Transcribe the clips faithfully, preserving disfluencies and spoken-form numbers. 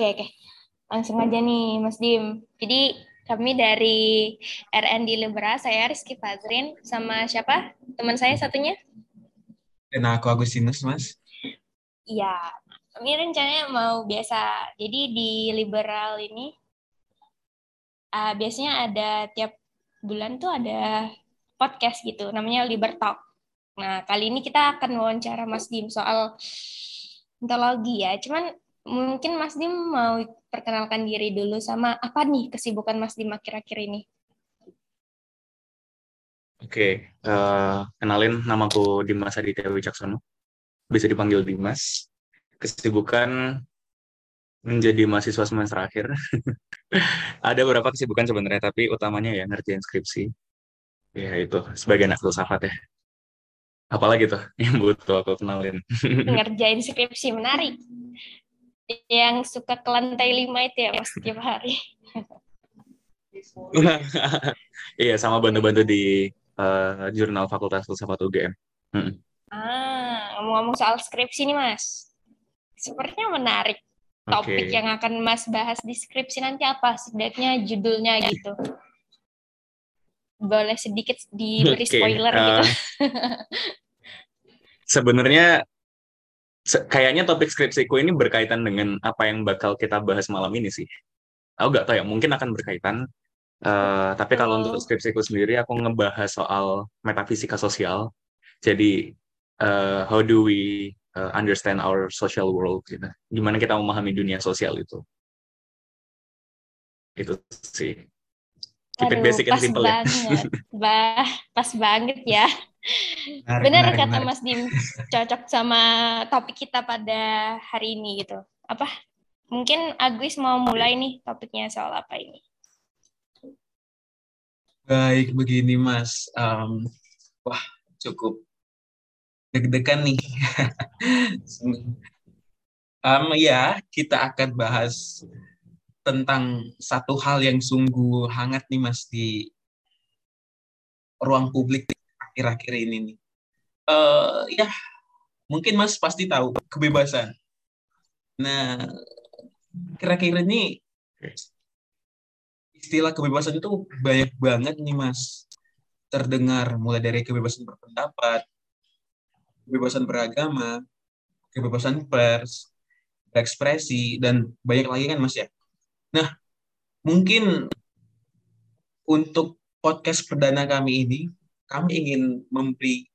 Oke, oke. Langsung aja nih, Mas Dim. Jadi kami dari R N D Libera, saya Rizky Fazrin, sama siapa? Teman saya satunya? Dan aku Agustinus, Mas. Iya, kami rencananya mau biasa. Jadi di Liberal ini, uh, biasanya ada tiap bulan tuh ada podcast gitu, namanya Liber Talk. Nah, kali ini kita akan wawancara Mas Dim soal ontologi ya. Cuman mungkin Mas Dim mau perkenalkan diri dulu sama apa nih kesibukan Mas Dim akhir-akhir ini? Oke, eh, kenalin namaku Dimas Aditya Wicaksono, bisa dipanggil Dimas. Kesibukan menjadi mahasiswa semester akhir. Ada beberapa kesibukan sebenarnya, tapi utamanya ya ngerjain skripsi. Ya itu, sebagai anak filsafat ya. Apalagi tuh yang butuh aku kenalin. Ngerjain skripsi menarik. Yang suka ke lantai lima itu ya Mas tiap hari. Iya, sama bantu-bantu di eh, jurnal Fakultas Filsafat U G M. Mm. Ah, ngomong-ngomong soal skripsi nih Mas. Sepertinya menarik. Topik Oke. yang akan Mas bahas di skripsi nanti apa? Setidaknya judulnya gitu. Boleh sedikit diberi Oke, spoiler gitu. eh, sebenarnya se- kayaknya topik skripsiku ini berkaitan dengan apa yang bakal kita bahas malam ini sih. Aku nggak tahu ya, mungkin akan berkaitan. Eh, tapi kalau untuk Oh, skripsiku sendiri, aku ngebahas soal metafisika sosial. Jadi, eh, how do we eh, understand our social world, gitu. Gimana kita memahami dunia sosial itu. Itu sih. Keep it aduh, basic and pas simple ya. banget. Bah, pas banget ya. Menarik, Benar menarik, kata menarik. Mas Dim, cocok sama topik kita pada hari ini gitu. Apa? Mungkin Agwis mau mulai nih topiknya soal apa ini? Baik, begini, Mas. Em, wah, cukup deg-degan nih. Em, ya, kita akan bahas tentang satu hal yang sungguh hangat nih, Mas, di ruang publik akhir-akhir ini nih. Eh, ya, mungkin Mas pasti tahu kebebasan. Nah, kira-kira ini istilah kebebasan itu banyak banget nih, Mas. Terdengar mulai dari kebebasan berpendapat, kebebasan beragama, kebebasan pers, berekspresi, dan banyak lagi kan Mas ya. Nah, mungkin untuk podcast perdana kami ini, kami ingin memberi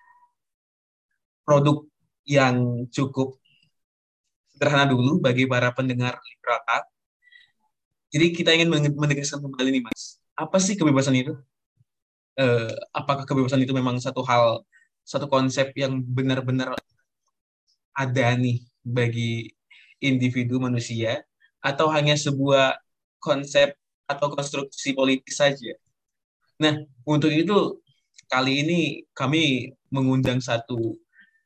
produk yang cukup sederhana dulu bagi para pendengar Liberata. Jadi kita ingin menegaskan kembali nih Mas, apa sih kebebasan itu? Eh, apakah kebebasan itu memang satu hal, satu konsep yang benar-benar ada nih bagi individu manusia, atau hanya sebuah konsep atau konstruksi politis saja. Nah, untuk itu kali ini kami mengundang satu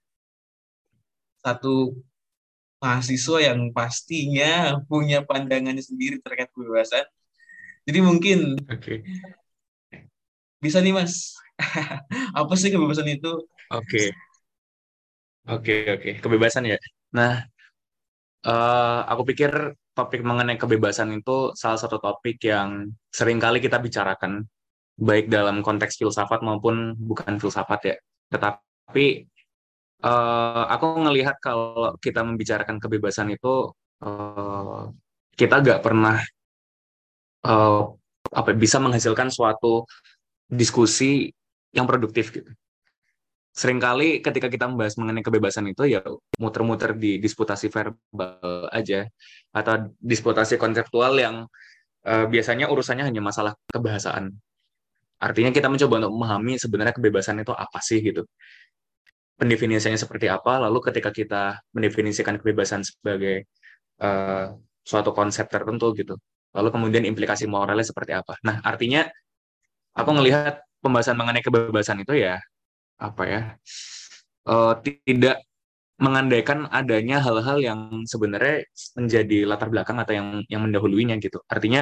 satu mahasiswa yang pastinya punya pandangannya sendiri terkait kebebasan. Jadi mungkin Oke, bisa nih Mas, apa sih kebebasan itu? oke, oke, oke. Kebebasan ya. Nah, eh, aku pikir topik mengenai kebebasan itu salah satu topik yang sering kali kita bicarakan, baik dalam konteks filsafat maupun bukan filsafat ya. Tetapi eh, aku ngelihat kalau kita membicarakan kebebasan itu, eh, kita nggak pernah eh, apa bisa menghasilkan suatu diskusi yang produktif gitu. Seringkali ketika kita membahas mengenai kebebasan itu ya muter-muter di disputasi verbal aja atau disputasi konseptual yang eh, biasanya urusannya hanya masalah kebahasaan. Artinya kita mencoba untuk memahami sebenarnya kebebasan itu apa sih gitu. Pendefinisiannya seperti apa, lalu ketika kita mendefinisikan kebebasan sebagai eh, suatu konsep tertentu gitu, lalu kemudian implikasi moralnya seperti apa. Nah, artinya aku ngelihat pembahasan mengenai kebebasan itu ya apa ya, eh, tidak mengandaikan adanya hal-hal yang sebenarnya menjadi latar belakang atau yang yang mendahuluinya gitu. Artinya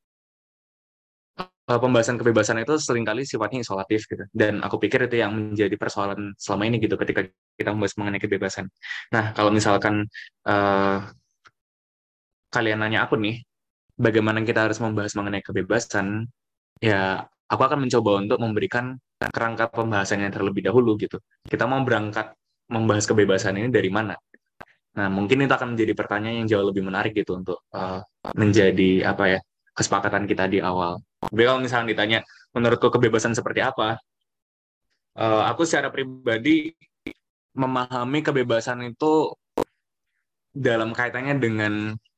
eh, pembahasan kebebasan itu seringkali sifatnya isolatif gitu. Dan aku pikir itu yang menjadi persoalan selama ini gitu ketika kita membahas mengenai kebebasan. Nah, kalau misalkan eh, kalian nanya aku nih, bagaimana kita harus membahas mengenai kebebasan, ya aku akan mencoba untuk memberikan kerangka pembahasannya terlebih dahulu gitu. Kita mau berangkat membahas kebebasan ini dari mana? Nah, mungkin itu akan menjadi pertanyaan yang jauh lebih menarik gitu untuk uh, menjadi apa ya kesepakatan kita di awal. Tapi kalau misalnya ditanya, menurutku kebebasan seperti apa? Uh, aku secara pribadi memahami kebebasan itu dalam kaitannya dengan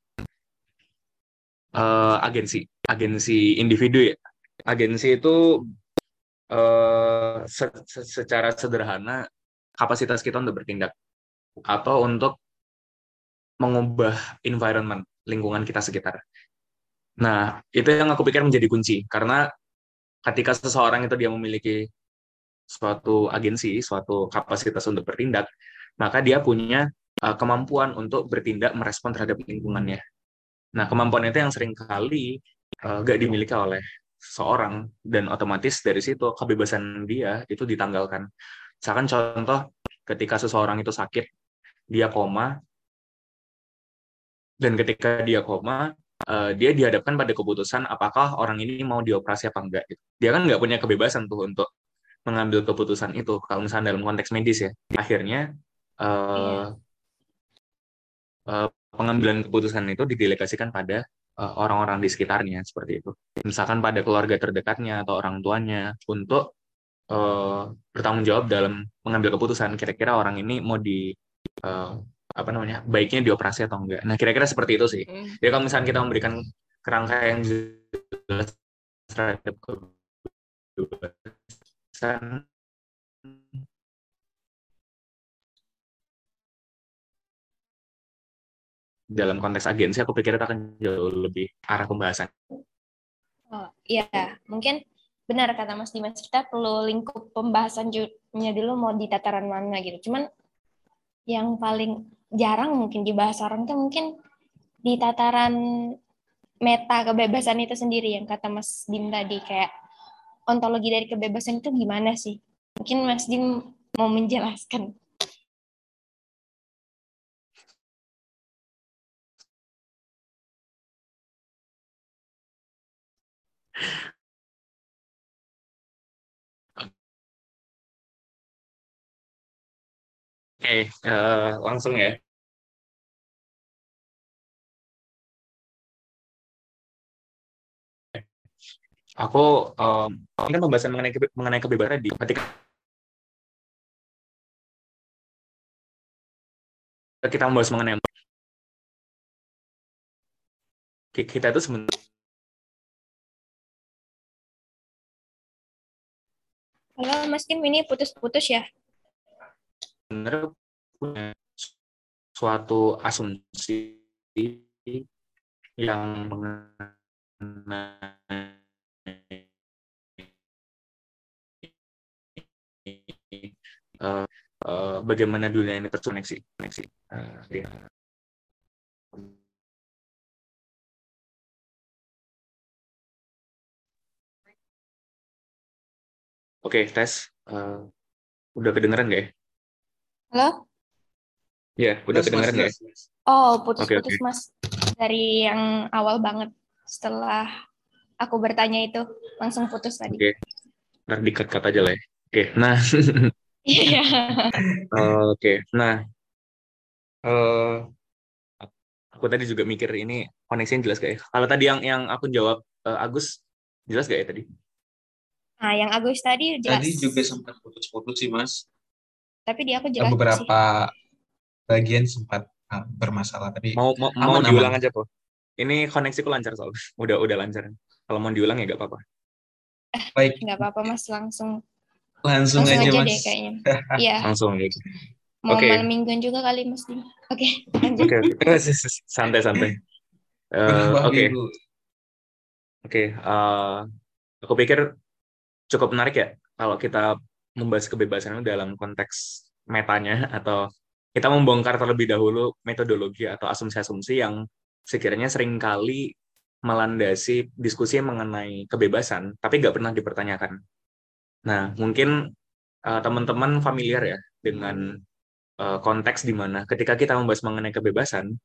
uh, agensi, agensi individu ya. Agensi itu uh, se- se- secara sederhana kapasitas kita untuk bertindak atau untuk mengubah environment lingkungan kita sekitar. Nah, itu yang aku pikir menjadi kunci karena ketika seseorang itu dia memiliki suatu agensi, suatu kapasitas untuk bertindak, maka dia punya uh, kemampuan untuk bertindak merespon terhadap lingkungannya. Nah, kemampuan itu yang seringkali uh, gak dimiliki oleh seseorang dan otomatis dari situ kebebasan dia itu ditanggalkan. Misalkan contoh ketika seseorang itu sakit, dia koma, dan ketika dia koma, uh, dia dihadapkan pada keputusan apakah orang ini mau dioperasi apa enggak. Gitu. Dia kan nggak punya kebebasan tuh untuk mengambil keputusan itu. Kalau misalnya dalam konteks medis ya, akhirnya Iya. uh, uh, pengambilan keputusan itu didelegasikan pada uh, orang-orang di sekitarnya seperti itu. Misalkan pada keluarga terdekatnya atau orang tuanya untuk uh, bertanggung jawab dalam mengambil keputusan. Kira-kira orang ini mau di uh, apa namanya baiknya dioperasi atau enggak. Nah kira-kira seperti itu sih. Mm. Jadi kalau misalnya kita memberikan kerangka yang jelas terhadap kebebasan dalam konteks agensi, aku pikir itu akan jauh lebih arah pembahasan. Oh, iya, mungkin benar kata Mas Dimas, kita perlu lingkup pembahasannya dulu mau di tataran mana gitu. Cuman yang paling jarang mungkin dibahas orang tuh mungkin di tataran meta kebebasan itu sendiri yang kata Mas Dim tadi, kayak ontologi dari kebebasan itu gimana sih? Mungkin Mas Dim mau menjelaskan. Oke, uh, langsung ya. Aku um, ini kan pembahasan mengenai kebe mengenai kebebasan di ketika kita membahas mengenai kita itu sebenarnya Halo Mas Dim, ini putus-putus ya? punya suatu asumsi yang mengenai uh, uh, bagaimana dunia ini terkoneksi. Koneksi. Uh, ya. Oke, tes. Uh, udah kedengeran nggak ya? Halo? Ya, udah Jelas, Mas, kedengeran nggak ya? jelas. Oh, Oke, oke. putus-putus Mas. Dari yang awal banget. Setelah aku bertanya itu, langsung putus tadi. Oke, ntar dikat-kat aja lah ya. Oke, nah. Iya. Oke, nah. Uh, aku tadi juga mikir ini koneksinya jelas gak ya? Kalau tadi yang yang aku jawab uh, Agus, jelas gak ya tadi? Nah, yang Agus tadi jelas. Tadi juga sempat putus-putus sih, Mas. Tapi di aku jelas sih. Beberapa bagian sempat uh, bermasalah, tapi Mau mau, mau aman, diulang aman. aja kok. Ini koneksiku lancar soalnya. Udah udah lancar. Kalau mau diulang ya gak apa-apa. Baik, Nggak apa-apa Mas, langsung. langsung, Langsung aja, aja Mas. deh kayaknya. Iya. Langsung gitu. Mau Oke. malam mingguan juga kali Mas Dim. Oke, lanjut. Oke, oke. Santai-santai. Uh, Berapa Oke, minggu? oke. Uh, aku pikir cukup menarik ya kalau kita membahas kebebasan itu dalam konteks metanya atau kita membongkar terlebih dahulu metodologi atau asumsi-asumsi yang sekiranya seringkali melandasi diskusi mengenai kebebasan, tapi nggak pernah dipertanyakan. Nah, mungkin uh, teman-teman familiar ya dengan uh, konteks di mana ketika kita membahas mengenai kebebasan,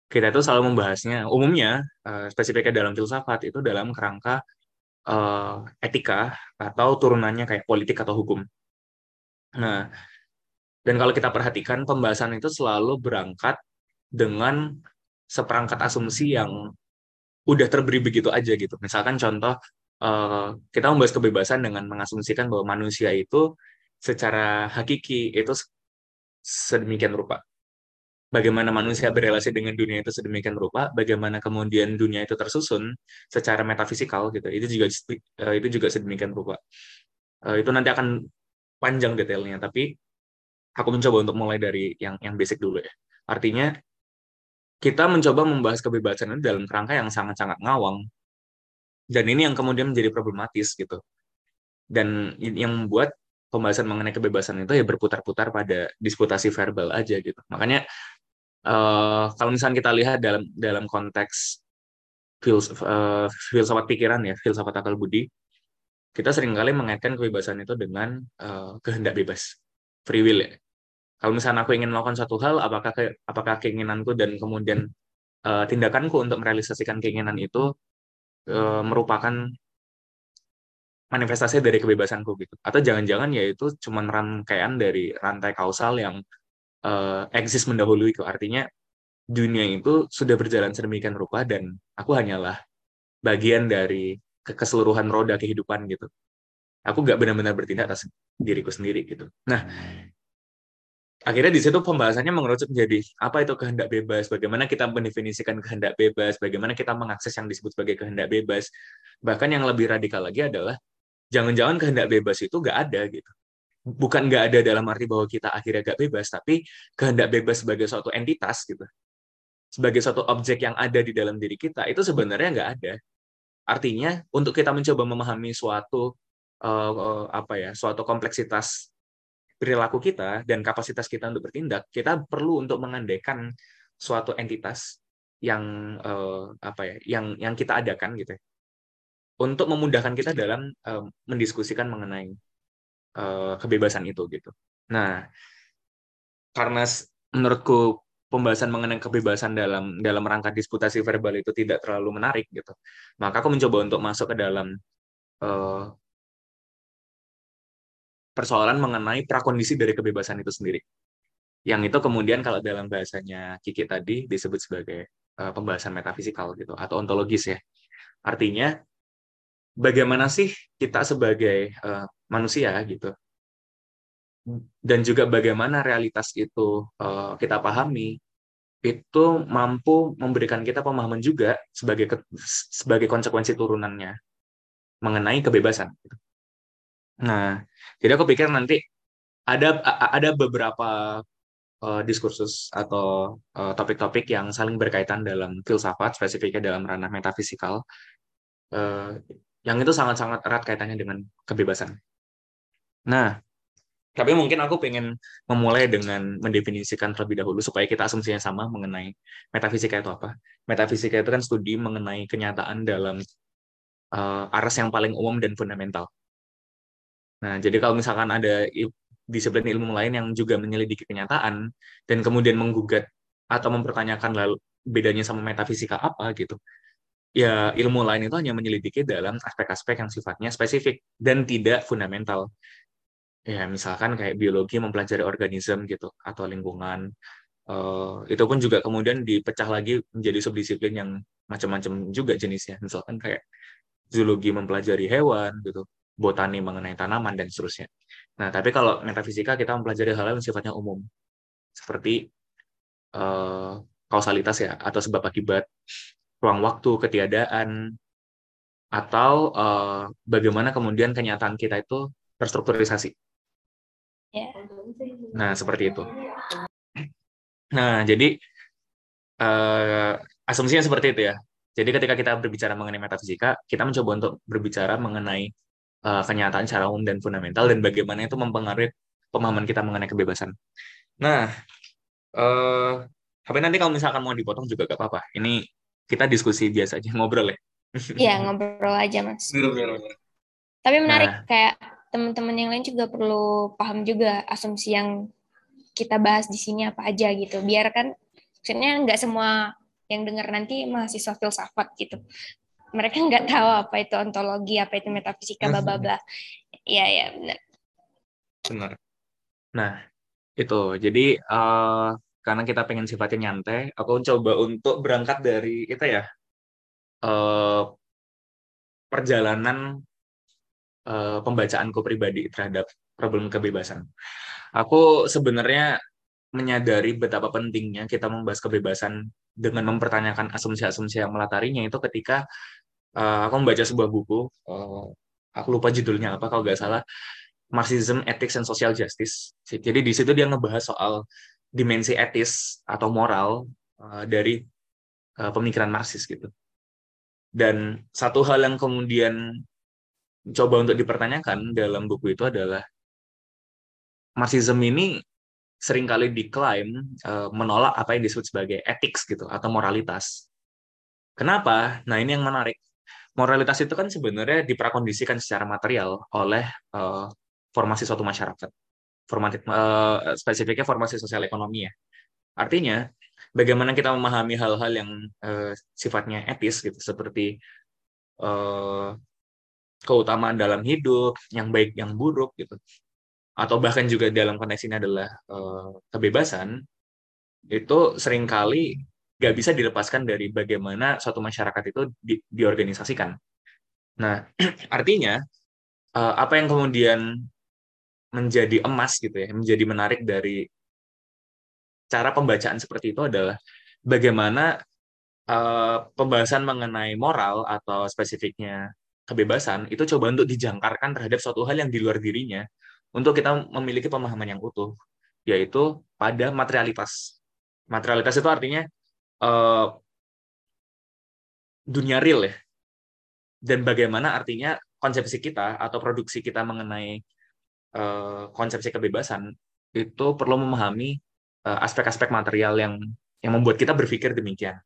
kita itu selalu membahasnya, umumnya uh, spesifiknya dalam filsafat itu dalam kerangka uh, etika atau turunannya kayak politik atau hukum. Nah, dan kalau kita perhatikan pembahasan itu selalu berangkat dengan seperangkat asumsi yang udah terberi begitu aja gitu. Misalkan contoh, uh, kita membahas kebebasan dengan mengasumsikan bahwa manusia itu secara hakiki itu sedemikian rupa. Bagaimana manusia berrelasi dengan dunia itu sedemikian rupa, bagaimana kemudian dunia itu tersusun secara metafisikal gitu. Itu juga uh, itu juga sedemikian rupa. Uh, itu nanti akan panjang detailnya, tapi aku mencoba untuk mulai dari yang yang basic dulu ya. Artinya kita mencoba membahas kebebasan itu dalam kerangka yang sangat-sangat ngawang, dan ini yang kemudian menjadi problematis gitu. Dan yang membuat pembahasan mengenai kebebasan itu ya berputar-putar pada disputasi verbal aja gitu. Makanya uh, kalau misalnya kita lihat dalam dalam konteks fils, uh, filsafat pikiran ya, filsafat akal budi, kita seringkali mengaitkan kebebasan itu dengan uh, kehendak bebas, free will ya. Kalau misalnya aku ingin melakukan suatu hal, apakah ke, apakah keinginanku dan kemudian uh, tindakanku untuk merealisasikan keinginan itu uh, merupakan manifestasi dari kebebasanku gitu? Atau jangan-jangan ya itu cuma rangkaian dari rantai kausal yang uh, eksis mendahului itu. Artinya dunia itu sudah berjalan sedemikian rupa dan aku hanyalah bagian dari keseluruhan roda kehidupan gitu. Aku nggak benar-benar bertindak atas diriku sendiri gitu. Nah, akhirnya di situ pembahasannya mengerucut menjadi apa itu kehendak bebas, bagaimana kita mendefinisikan kehendak bebas, bagaimana kita mengakses yang disebut sebagai kehendak bebas. Bahkan yang lebih radikal lagi adalah jangan-jangan kehendak bebas itu nggak ada gitu. Bukan nggak ada dalam arti bahwa kita akhirnya nggak bebas, tapi kehendak bebas sebagai suatu entitas gitu, sebagai suatu objek yang ada di dalam diri kita itu sebenarnya nggak ada. Artinya untuk kita mencoba memahami suatu uh, apa ya, suatu kompleksitas perilaku kita dan kapasitas kita untuk bertindak, kita perlu untuk mengandaikan suatu entitas yang uh, apa ya, yang yang kita adakan gitu ya, untuk memudahkan kita dalam uh, mendiskusikan mengenai uh, kebebasan itu gitu. Nah, karena menurutku pembahasan mengenai kebebasan dalam dalam rangka disputasi verbal itu tidak terlalu menarik gitu, maka aku mencoba untuk masuk ke dalam uh, persoalan mengenai prakondisi dari kebebasan itu sendiri. Yang itu kemudian kalau dalam bahasanya Kiki tadi disebut sebagai uh, pembahasan metafisikal gitu atau ontologis ya. Artinya bagaimana sih kita sebagai uh, manusia gitu, dan juga bagaimana realitas itu uh, kita pahami, itu mampu memberikan kita pemahaman juga sebagai ke, sebagai konsekuensi turunannya mengenai kebebasan. Nah, jadi aku pikir nanti ada ada beberapa uh, diskursus atau uh, topik-topik yang saling berkaitan dalam filsafat, spesifiknya dalam ranah metafisikal, uh, yang itu sangat-sangat erat kaitannya dengan kebebasan. Nah, tapi mungkin aku pengen memulai dengan mendefinisikan terlebih dahulu supaya kita asumsinya sama mengenai metafisika itu apa. Metafisika itu kan studi mengenai kenyataan dalam uh, aras yang paling umum dan fundamental. Nah, jadi kalau misalkan ada disiplin ilmu lain yang juga menyelidiki kenyataan dan kemudian menggugat atau mempertanyakan lalu bedanya sama metafisika apa gitu, ya ilmu lain itu hanya menyelidiki dalam aspek-aspek yang sifatnya spesifik dan tidak fundamental. Ya, misalkan kayak biologi mempelajari organisme gitu atau lingkungan. Uh, itu pun juga kemudian dipecah lagi menjadi subdisiplin yang macam-macam juga jenisnya. Misalkan kayak zoologi mempelajari hewan gitu, botani mengenai tanaman dan seterusnya. Nah, tapi kalau metafisika kita mempelajari hal-hal yang sifatnya umum, seperti uh, kausalitas ya, atau sebab akibat, ruang waktu, ketiadaan, atau uh, bagaimana kemudian kenyataan kita itu terstrukturisasi. Ya. Nah, seperti itu. Nah, jadi uh, asumsinya seperti itu ya. Jadi ketika kita berbicara mengenai metafisika, kita mencoba untuk berbicara mengenai uh, kenyataan secara umum dan fundamental dan bagaimana itu mempengaruhi pemahaman kita mengenai kebebasan. Nah, uh, tapi nanti kalau misalkan mau dipotong juga gak apa-apa. Ini kita diskusi biasa aja, ngobrol ya. Iya, ngobrol aja, Mas. Tapi menarik, nah, kayak teman-teman yang lain juga perlu paham juga asumsi yang kita bahas di sini apa aja gitu. Biar kan, maksudnya nggak semua yang dengar nanti mahasiswa filsafat gitu. Mereka nggak tahu apa itu ontologi, apa itu metafisika, bla bla bla. Iya, ya, benar. Benar. Nah, itu. Jadi eh, karena kita pengen sifatnya nyantai, aku coba untuk berangkat dari itu ya, eh, perjalanan eh, pembacaanku pribadi terhadap problem kebebasan. Aku sebenarnya menyadari betapa pentingnya kita membahas kebebasan dengan mempertanyakan asumsi-asumsi yang melatarinya itu ketika eh, aku membaca sebuah buku, eh, aku lupa judulnya apa kalau nggak salah, Marxism, Ethics, and Social Justice. Jadi di situ dia ngebahas soal dimensi etis atau moral eh, dari eh, pemikiran Marxis gitu. Dan satu hal yang kemudian coba untuk dipertanyakan dalam buku itu adalah Marxism ini seringkali diklaim eh, menolak apa yang disebut sebagai ethics gitu atau moralitas. Kenapa? Nah, ini yang menarik. Moralitas itu kan sebenarnya diprakondisikan secara material oleh eh, formasi suatu masyarakat. Formatif, eh, spesifiknya formasi sosial ekonomi ya. Artinya, bagaimana kita memahami hal-hal yang eh, sifatnya etis gitu, seperti eh, keutamaan dalam hidup, yang baik, yang buruk gitu, atau bahkan juga dalam konteks ini adalah eh, kebebasan, itu seringkali nggak bisa dilepaskan dari bagaimana suatu masyarakat itu di, diorganisasikan. Nah, artinya eh, apa yang kemudian menjadi emas gitu ya, menjadi menarik dari cara pembacaan seperti itu adalah bagaimana eh, pembahasan mengenai moral atau spesifiknya kebebasan itu coba untuk dijangkarkan terhadap suatu hal yang di luar dirinya untuk kita memiliki pemahaman yang utuh, yaitu pada materialitas. Materialitas itu artinya eh, dunia real ya, dan bagaimana artinya konsepsi kita atau produksi kita mengenai eh, konsepsi kebebasan itu perlu memahami eh, aspek-aspek material yang yang membuat kita berpikir demikian.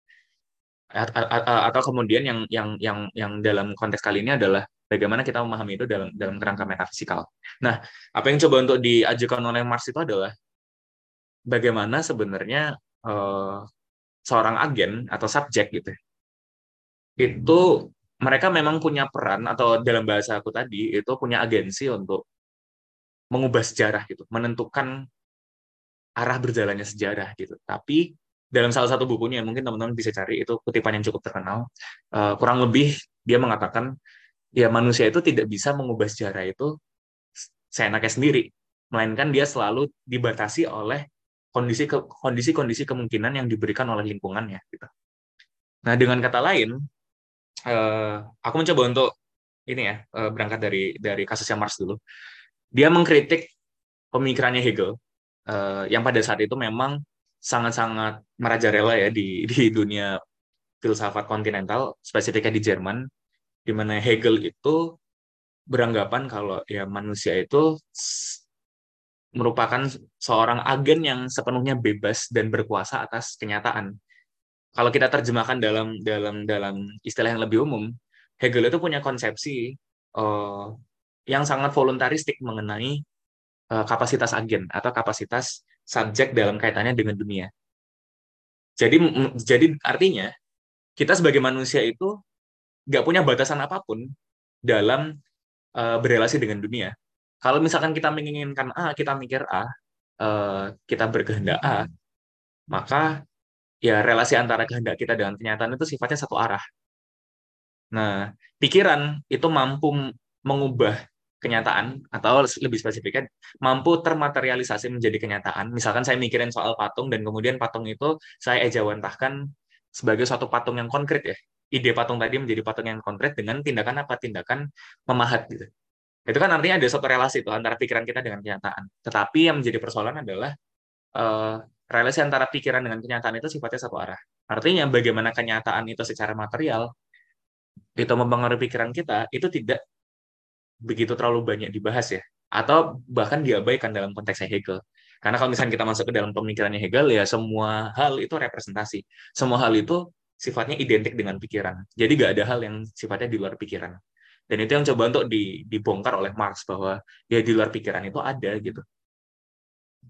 A- a- a- Atau kemudian yang yang yang yang dalam konteks kali ini adalah bagaimana kita memahami itu dalam dalam kerangka metafisikal. Nah, apa yang coba untuk diajukan oleh Marx itu adalah bagaimana sebenarnya eh, seorang agen atau subjek gitu ya, itu mereka memang punya peran atau dalam bahasa aku tadi itu punya agensi untuk mengubah sejarah gitu, menentukan arah berjalannya sejarah gitu. Tapi dalam salah satu bukunya mungkin teman-teman bisa cari, itu kutipan yang cukup terkenal. Eh, kurang lebih dia mengatakan ya manusia itu tidak bisa mengubah sejarah itu seenaknya sendiri, melainkan dia selalu dibatasi oleh kondisi kondisi-kondisi kemungkinan yang diberikan oleh lingkungannya gitu. Nah, dengan kata lain, eh, aku mencoba untuk ini ya eh, berangkat dari dari kasusnya Marx dulu. Dia mengkritik pemikirannya Hegel eh, yang pada saat itu memang sangat-sangat merajalela ya di di dunia filsafat kontinental, spesifiknya di Jerman, di mana Hegel itu beranggapan kalau ya manusia itu merupakan seorang agen yang sepenuhnya bebas dan berkuasa atas kenyataan. Kalau kita terjemahkan dalam dalam dalam istilah yang lebih umum, Hegel itu punya konsepsi uh, yang sangat voluntaristik mengenai uh, kapasitas agen atau kapasitas subjek dalam kaitannya dengan dunia. Jadi jadi artinya kita sebagai manusia itu nggak punya batasan apapun dalam uh, berrelasi dengan dunia. Kalau misalkan kita menginginkan A, kita mikir A, uh, kita berkehendak A, maka ya relasi antara kehendak kita dengan kenyataan itu sifatnya satu arah. Nah, pikiran itu mampu mengubah kenyataan, atau lebih spesifiknya, mampu termaterialisasi menjadi kenyataan. Misalkan saya mikirin soal patung, dan kemudian patung itu saya ejawantahkan sebagai suatu patung yang konkret ya. Ide patung tadi menjadi patung yang konkret dengan tindakan apa? Tindakan memahat gitu. Itu kan artinya ada suatu relasi itu antara pikiran kita dengan kenyataan. Tetapi yang menjadi persoalan adalah eh, relasi antara pikiran dengan kenyataan itu sifatnya satu arah. Artinya bagaimana kenyataan itu secara material itu mempengaruhi pikiran kita, itu tidak begitu terlalu banyak dibahas ya, atau bahkan diabaikan dalam konteksnya Hegel. Karena kalau misalnya kita masuk ke dalam pemikirannya Hegel, ya semua hal itu representasi. Semua hal itu sifatnya identik dengan pikiran. Jadi nggak ada hal yang sifatnya di luar pikiran. Dan itu yang coba untuk di, dibongkar oleh Marx, bahwa ya di luar pikiran itu ada gitu.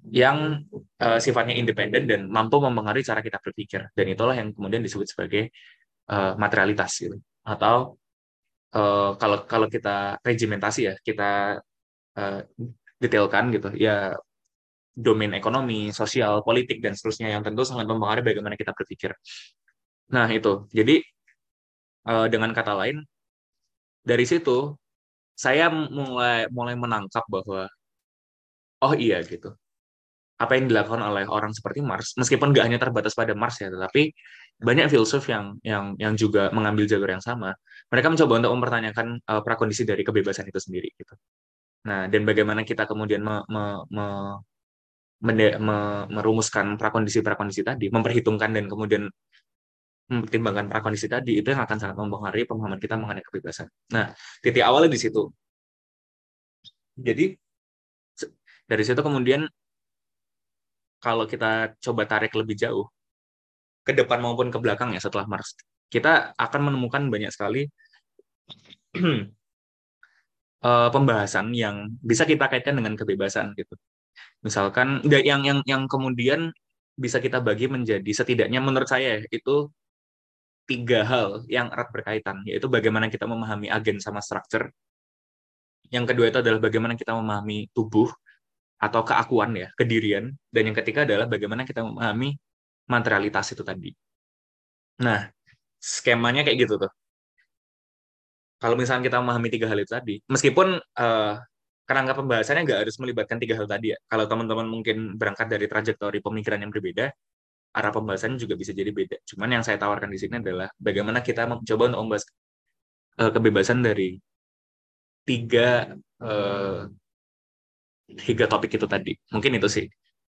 yang uh, sifatnya independen dan mampu mempengaruhi cara kita berpikir. Dan itulah yang kemudian disebut sebagai uh, materialitas gitu. Atau uh, kalau kalau kita regimentasi ya, kita uh, detailkan gitu, ya domain ekonomi, sosial, politik, dan seterusnya yang tentu sangat mempengaruhi bagaimana kita berpikir. Nah, itu. Jadi, uh, dengan kata lain, dari situ, saya mulai mulai menangkap bahwa, oh iya gitu, apa yang dilakukan oleh orang seperti Marx, meskipun nggak hanya terbatas pada Marx ya, tetapi banyak filsuf yang yang yang juga mengambil jalur yang sama. Mereka mencoba untuk mempertanyakan uh, prakondisi dari kebebasan itu sendiri gitu. Nah, dan bagaimana kita kemudian me, me, me, mende- me- merumuskan prakondisi-prakondisi tadi, memperhitungkan dan kemudian mempertimbangkan prakondisi tadi, itu yang akan sangat mempengaruhi pemahaman kita mengenai kebebasan. Nah, titik awalnya di situ. Jadi, se- dari situ kemudian kalau kita coba tarik lebih jauh, ke depan maupun ke belakang ya setelah Marx, kita akan menemukan banyak sekali eh, pembahasan yang bisa kita kaitkan dengan kebebasan gitu. Misalkan da- yang yang yang kemudian bisa kita bagi menjadi setidaknya menurut saya itu tiga hal yang erat berkaitan, yaitu bagaimana kita memahami agen sama structure. Yang kedua itu adalah bagaimana kita memahami tubuh atau keakuan ya, kedirian. Dan yang ketiga adalah bagaimana kita memahami materialitas itu tadi. Nah, skemanya kayak gitu tuh. Kalau misalnya kita memahami tiga hal itu tadi, meskipun eh, kerangka pembahasannya nggak harus melibatkan tiga hal tadi ya. Kalau teman-teman mungkin berangkat dari trajektori pemikiran yang berbeda, arah pembahasannya juga bisa jadi beda. Cuman yang saya tawarkan di sini adalah bagaimana kita mencoba untuk membahas eh, kebebasan dari tiga eh, tiga topik itu tadi. Mungkin itu sih.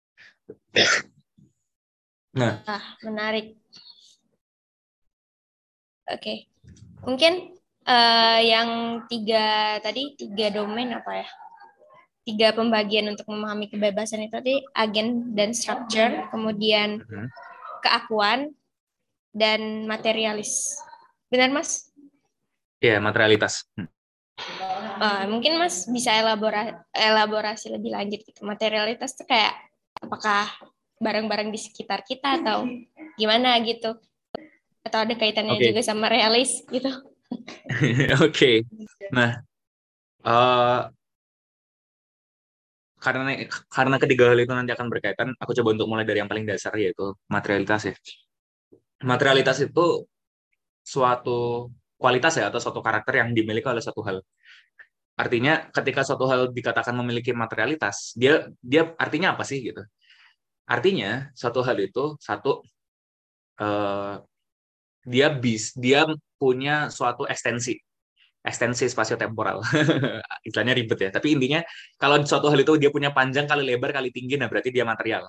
Nah, Ah, menarik. Oke. Mungkin eh, yang tiga tadi, tiga domain apa ya? Tiga pembagian untuk memahami kebebasan itu tadi, agen dan structure, kemudian mhm. keakuan, dan materialis. Benar, Mas? Ya materialitas. Hmm. Eh, mungkin Mas bisa elabora- elaborasi lebih lanjut gitu. Materialitas itu kayak apakah barang-barang di sekitar kita atau gimana gitu? Atau ada kaitannya Oke, juga sama realis gitu? oke. Nah, eh, karena karena ketiga hal itu nanti akan berkaitan, aku coba untuk mulai dari yang paling dasar yaitu materialitas ya. Materialitas itu suatu kualitas ya atau suatu karakter yang dimiliki oleh suatu hal. Artinya ketika suatu hal dikatakan memiliki materialitas, dia dia artinya apa sih gitu? Artinya suatu hal itu satu eh, dia bis dia punya suatu ekstensi, ekstensi spasio-temporal. Istilahnya ribet ya, tapi intinya kalau suatu hal itu dia punya panjang kali lebar kali tinggi, nah berarti dia material.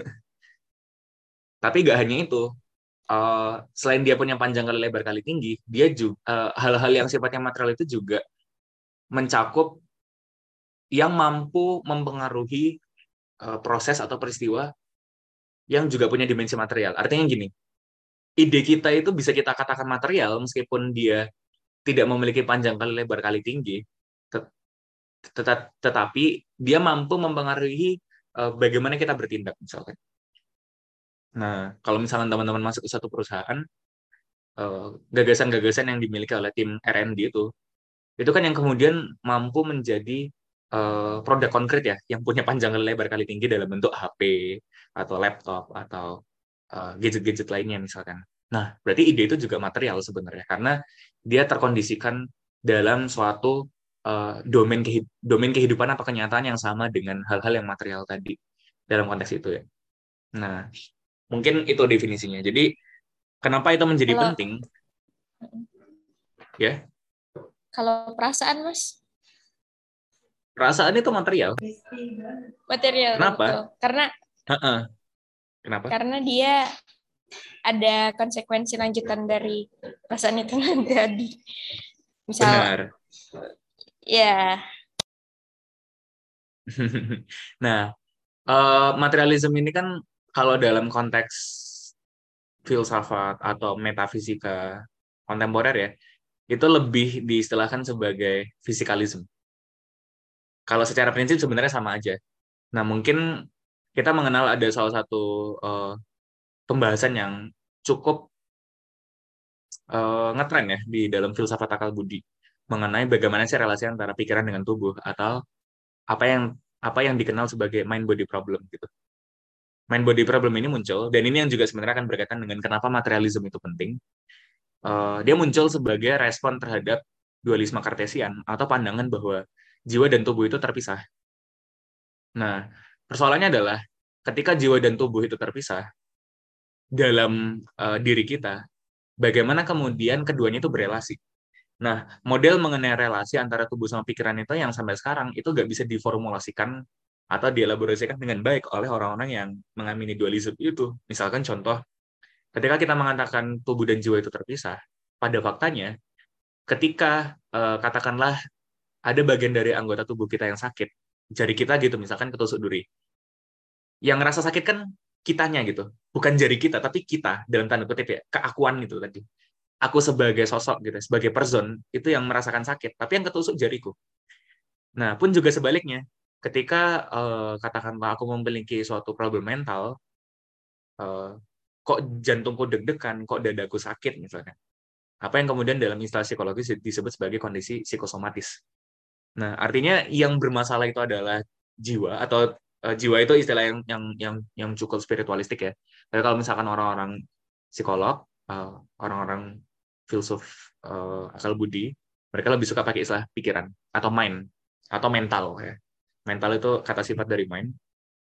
Tapi nggak hanya itu, eh, selain dia punya panjang kali lebar kali tinggi, dia juga hal-hal yang sifatnya material itu juga mencakup yang mampu mempengaruhi eh, proses atau peristiwa yang juga punya dimensi material. Artinya gini, ide kita itu bisa kita katakan material meskipun dia tidak memiliki panjang kali lebar kali tinggi, tet- tetat- tetapi dia mampu mempengaruhi eh, bagaimana kita bertindak misalkan. Nah, kalau misalkan teman-teman masuk ke satu perusahaan, eh, gagasan-gagasan yang dimiliki oleh tim R and D itu, itu kan yang kemudian mampu menjadi eh, produk konkret ya, yang punya panjang kali lebar kali tinggi dalam bentuk H P atau laptop atau eh, gadget-gadget lainnya misalkan. Nah, berarti ide itu juga material sebenarnya karena dia terkondisikan dalam suatu eh, domain kehid- domain kehidupan atau kenyataan yang sama dengan hal-hal yang material tadi dalam konteks itu ya. Nah, mungkin itu definisinya. Jadi, kenapa itu menjadi Kalau penting? Ya, kalau perasaan, Mas? perasaan itu material. Material, betul. Kenapa? Karena Heeh. Kenapa? karena dia ada konsekuensi lanjutan dari perasaan itu nanti. Misal, Benar. ya, Nah, eh, materialisme ini kan kalau dalam konteks filsafat atau metafisika kontemporer ya, itu lebih diistilahkan sebagai fisikalisme. Kalau secara prinsip sebenarnya sama aja. Nah, mungkin kita mengenal ada salah satu uh, pembahasan yang cukup uh, ngetren ya di dalam filsafat akal budi mengenai bagaimana sih relasi antara pikiran dengan tubuh atau apa yang apa yang dikenal sebagai mind body problem gitu. Mind body problem ini muncul dan ini yang juga sebenarnya akan berkaitan dengan kenapa materialisme itu penting. Uh, dia muncul sebagai respon terhadap dualisme Kartesian atau pandangan bahwa jiwa dan tubuh itu terpisah. Nah, persoalannya adalah ketika jiwa dan tubuh itu terpisah dalam uh, diri kita, bagaimana kemudian keduanya itu berelasi. Nah, model mengenai relasi antara tubuh sama pikiran itu yang sampai sekarang itu nggak bisa diformulasikan atau dielaborasikan dengan baik oleh orang-orang yang mengamini dualisme itu. Misalkan contoh, ketika kita mengatakan tubuh dan jiwa itu terpisah, pada faktanya, ketika uh, katakanlah ada bagian dari anggota tubuh kita yang sakit, jari kita gitu, misalkan ketusuk duri, yang ngerasa sakit kan kitanya gitu, bukan jari kita, tapi kita dalam tanda kutip ya, keakuan gitu tadi. Aku sebagai sosok gitu, sebagai person itu yang merasakan sakit, tapi yang ketusuk jariku. Nah, pun juga sebaliknya, ketika uh, katakanlah aku memiliki suatu problem mental, uh, kok jantungku deg-degan, kok dadaku sakit misalkan. Apa yang kemudian dalam istilah psikologis disebut sebagai kondisi psikosomatis. Nah, artinya yang bermasalah itu adalah jiwa atau uh, jiwa itu istilah yang yang yang yang cukup spiritualistik ya. Tapi kalau misalkan orang-orang psikolog, uh, orang-orang filsuf uh, akal budi, mereka lebih suka pakai istilah pikiran atau mind atau mental ya. Mental itu kata sifat dari mind.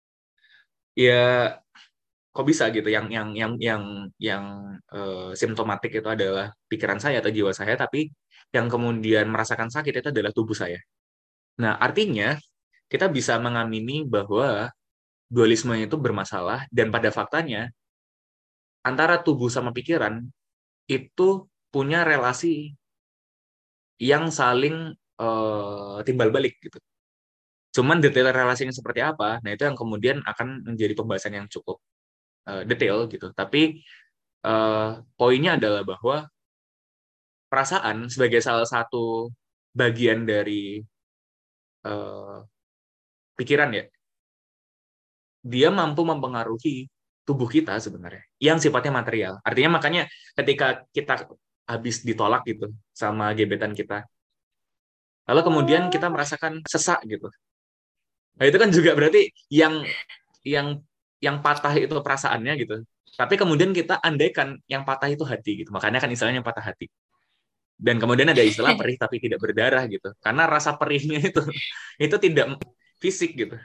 Ya, kok bisa gitu? Yang yang yang yang yang uh, simptomatik itu adalah pikiran saya atau jiwa saya, tapi yang kemudian merasakan sakit itu adalah tubuh saya. Nah, artinya kita bisa mengamini bahwa dualisme itu bermasalah dan pada faktanya antara tubuh sama pikiran itu punya relasi yang saling uh, timbal balik gitu. Cuman detail relasinya seperti apa, nah itu yang kemudian akan menjadi pembahasan yang cukup uh, detail gitu. Tapi uh, poinnya adalah bahwa perasaan sebagai salah satu bagian dari uh, pikiran ya, dia mampu mempengaruhi tubuh kita sebenarnya, yang sifatnya material. Artinya makanya ketika kita habis ditolak gitu sama gebetan kita, lalu kemudian kita merasakan sesak gitu. Nah, itu kan juga berarti yang yang yang patah itu perasaannya gitu. Tapi kemudian kita andaikan yang patah itu hati gitu. Makanya kan istilahnya patah hati. Dan kemudian ada istilah perih tapi tidak berdarah gitu. Karena rasa perihnya itu itu tidak fisik gitu.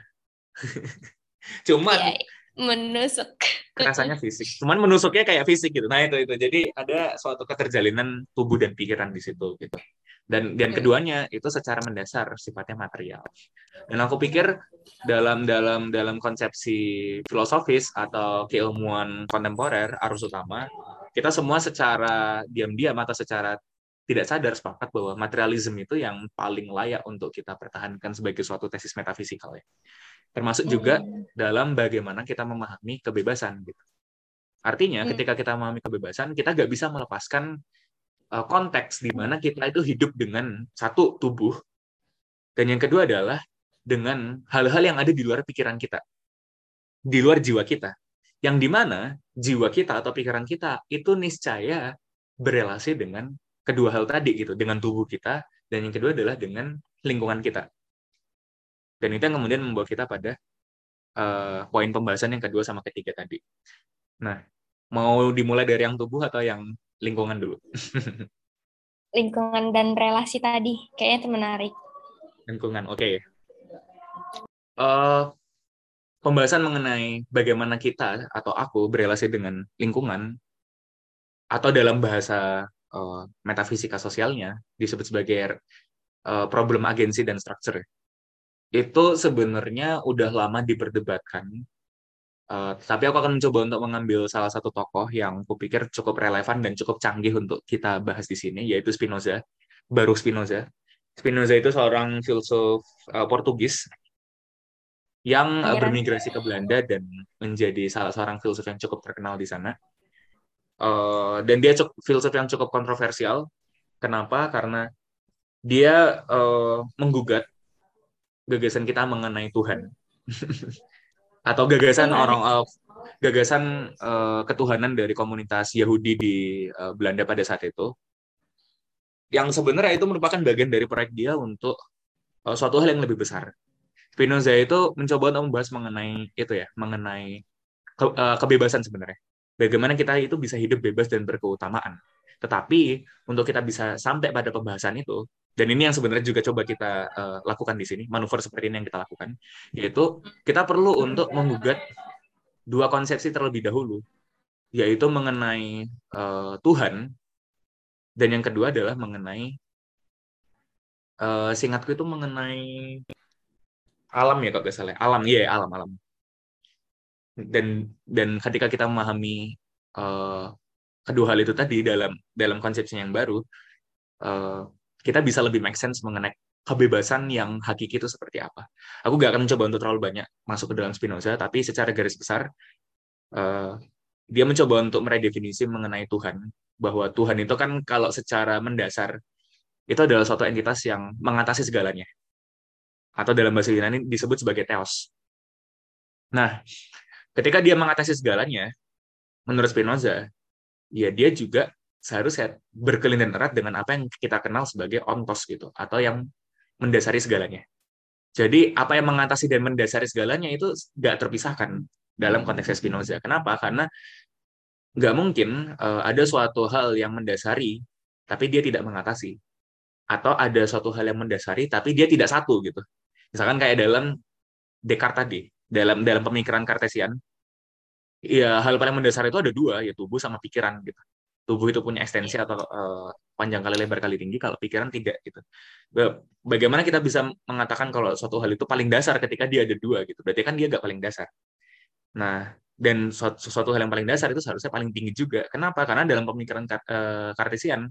Cuman Iya, menusuk. rasanya fisik. Cuman menusuknya kayak fisik gitu. Nah, itu itu. Jadi ada suatu keterjalinan tubuh dan pikiran di situ gitu. Dan dan keduanya itu secara mendasar sifatnya material. Dan aku pikir dalam dalam dalam konsepsi filosofis atau keilmuan kontemporer arus utama, kita semua secara diam-diam atau secara tidak sadar sepakat bahwa materialisme itu yang paling layak untuk kita pertahankan sebagai suatu tesis metafisikal ya. Termasuk juga dalam bagaimana kita memahami kebebasan gitu. Artinya ketika kita memahami kebebasan, kita nggak bisa melepaskan uh, konteks di mana kita itu hidup dengan satu tubuh, dan yang kedua adalah dengan hal-hal yang ada di luar pikiran kita, di luar jiwa kita, yang di mana jiwa kita atau pikiran kita itu niscaya berelasi dengan kedua hal tadi gitu, dengan tubuh kita, dan yang kedua adalah dengan lingkungan kita. Dan itu yang kemudian membawa kita pada uh, poin pembahasan yang kedua sama ketiga tadi. Nah, mau dimulai dari yang tubuh atau yang lingkungan dulu? Lingkungan dan relasi tadi, kayaknya itu menarik. Lingkungan, oke. Okay. Uh, pembahasan mengenai bagaimana kita atau aku berelasi dengan lingkungan, atau dalam bahasa uh, metafisika sosialnya disebut sebagai uh, problem agensi dan structure. Itu sebenarnya udah lama diperdebatkan. Uh, tapi aku akan mencoba untuk mengambil salah satu tokoh yang aku pikir cukup relevan dan cukup canggih untuk kita bahas di sini, yaitu Spinoza, Baruch Spinoza. Spinoza itu seorang filsuf uh, Portugis yang uh, bermigrasi ke Belanda dan menjadi salah seorang filsuf yang cukup terkenal di sana. Uh, dan dia cukup, filsuf yang cukup kontroversial. Kenapa? Karena dia uh, menggugat gagasan kita mengenai Tuhan. atau gagasan Menarik. orang uh, gagasan uh, ketuhanan dari komunitas Yahudi di uh, Belanda pada saat itu, yang sebenarnya itu merupakan bagian dari proyek dia untuk uh, suatu hal yang lebih besar. Spinoza itu mencoba untuk membahas mengenai itu ya, mengenai ke, uh, kebebasan sebenarnya. Bagaimana kita itu bisa hidup bebas dan berkeutamaan. Tetapi untuk kita bisa sampai pada pembahasan itu, dan ini yang sebenarnya juga coba kita uh, lakukan di sini, manuver seperti ini yang kita lakukan, yaitu kita perlu untuk menggugat dua konsepsi terlebih dahulu, yaitu mengenai uh, Tuhan, dan yang kedua adalah mengenai, uh, seingatku itu mengenai alam ya kalau nggak salah. Alam, iya yeah, alam, alam. Dan dan ketika kita memahami uh, kedua hal itu tadi dalam dalam konsepsinya yang baru, uh, kita bisa lebih make sense mengenai kebebasan yang hakiki itu seperti apa. Aku gak akan mencoba untuk terlalu banyak masuk ke dalam Spinoza, tapi secara garis besar uh, dia mencoba untuk meredefinisi mengenai Tuhan, bahwa Tuhan itu kan kalau secara mendasar itu adalah suatu entitas yang mengatasi segalanya, atau dalam bahasa Yunani disebut sebagai theos. Nah, ketika dia mengatasi segalanya, menurut Spinoza, ya dia juga seharusnya berkelindan erat dengan apa yang kita kenal sebagai ontos gitu, atau yang mendasari segalanya. Jadi apa yang mengatasi dan mendasari segalanya itu nggak terpisahkan dalam konteks Spinoza. Kenapa? Karena nggak mungkin uh, ada suatu hal yang mendasari tapi dia tidak mengatasi, atau ada suatu hal yang mendasari tapi dia tidak satu gitu. Misalkan kayak dalam Descartes tadi, dalam dalam pemikiran Kartesian, ya hal paling mendasar itu ada dua, ya tubuh sama pikiran gitu. Tubuh itu punya ekstensi atau uh, panjang kali lebar kali tinggi, kalau pikiran tidak gitu. Bagaimana kita bisa mengatakan kalau suatu hal itu paling dasar ketika dia ada dua gitu? Berarti kan dia nggak paling dasar. Nah, dan suatu, suatu hal yang paling dasar itu seharusnya paling tinggi juga. Kenapa? Karena dalam pemikiran uh, Kartesian,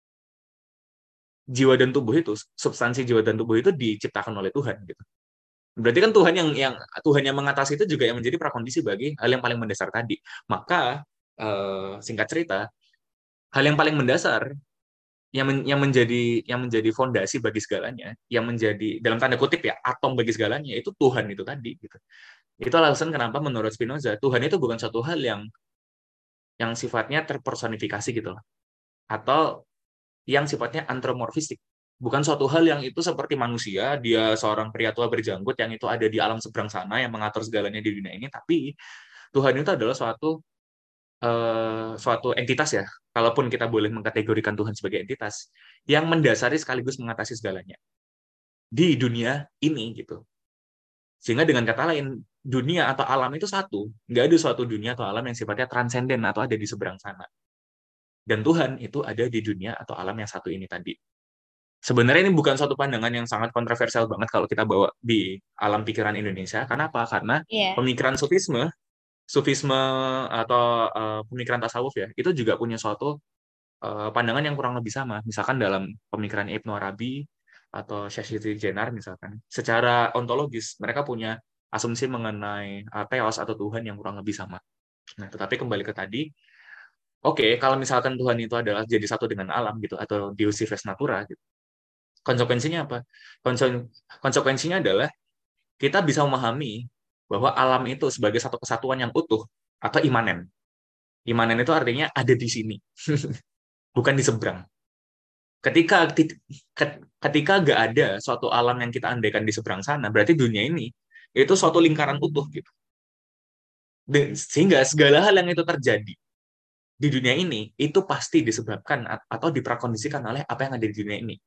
jiwa dan tubuh itu, substansi jiwa dan tubuh itu diciptakan oleh Tuhan gitu. Berarti kan Tuhan yang yang Tuhan yang mengatasi itu juga yang menjadi prakondisi bagi hal yang paling mendasar tadi. Maka uh, singkat cerita, hal yang paling mendasar yang men, yang menjadi yang menjadi fondasi bagi segalanya, yang menjadi dalam tanda kutip ya atom bagi segalanya, itu Tuhan itu tadi gitu. Itu alasan kenapa menurut Spinoza Tuhan itu bukan suatu hal yang yang sifatnya terpersonifikasi gitu loh, atau yang sifatnya anthropomorphistik. Bukan suatu hal yang itu seperti manusia, dia seorang pria tua berjanggut yang itu ada di alam seberang sana yang mengatur segalanya di dunia ini, tapi Tuhan itu adalah suatu uh, suatu entitas ya, kalaupun kita boleh mengkategorikan Tuhan sebagai entitas yang mendasari sekaligus mengatasi segalanya di dunia ini gitu. Sehingga dengan kata lain, dunia atau alam itu satu, nggak ada suatu dunia atau alam yang sifatnya transenden atau ada di seberang sana. Dan Tuhan itu ada di dunia atau alam yang satu ini tadi. Sebenarnya ini bukan suatu pandangan yang sangat kontroversial banget kalau kita bawa di alam pikiran Indonesia. Kenapa? Karena Iya. pemikiran sufisme, sufisme atau uh, pemikiran tasawuf ya, itu juga punya suatu uh, pandangan yang kurang lebih sama. Misalkan dalam pemikiran Ibnu Arabi atau Syekh Jenar misalkan, secara ontologis mereka punya asumsi mengenai uh, theos atau Tuhan yang kurang lebih sama. Nah, tetapi kembali ke tadi, oke, okay, kalau misalkan Tuhan itu adalah jadi satu dengan alam gitu, atau Deus res natura gitu, konsekuensinya apa? Konsekuensinya adalah kita bisa memahami bahwa alam itu sebagai satu kesatuan yang utuh atau imanen. Imanen itu artinya ada di sini, bukan di seberang. Ketika ketika nggak ada suatu alam yang kita andaikan di seberang sana, berarti dunia ini itu suatu lingkaran utuh gitu. Dan sehingga segala hal yang itu terjadi di dunia ini itu pasti disebabkan atau diprakondisikan oleh apa yang ada di dunia ini.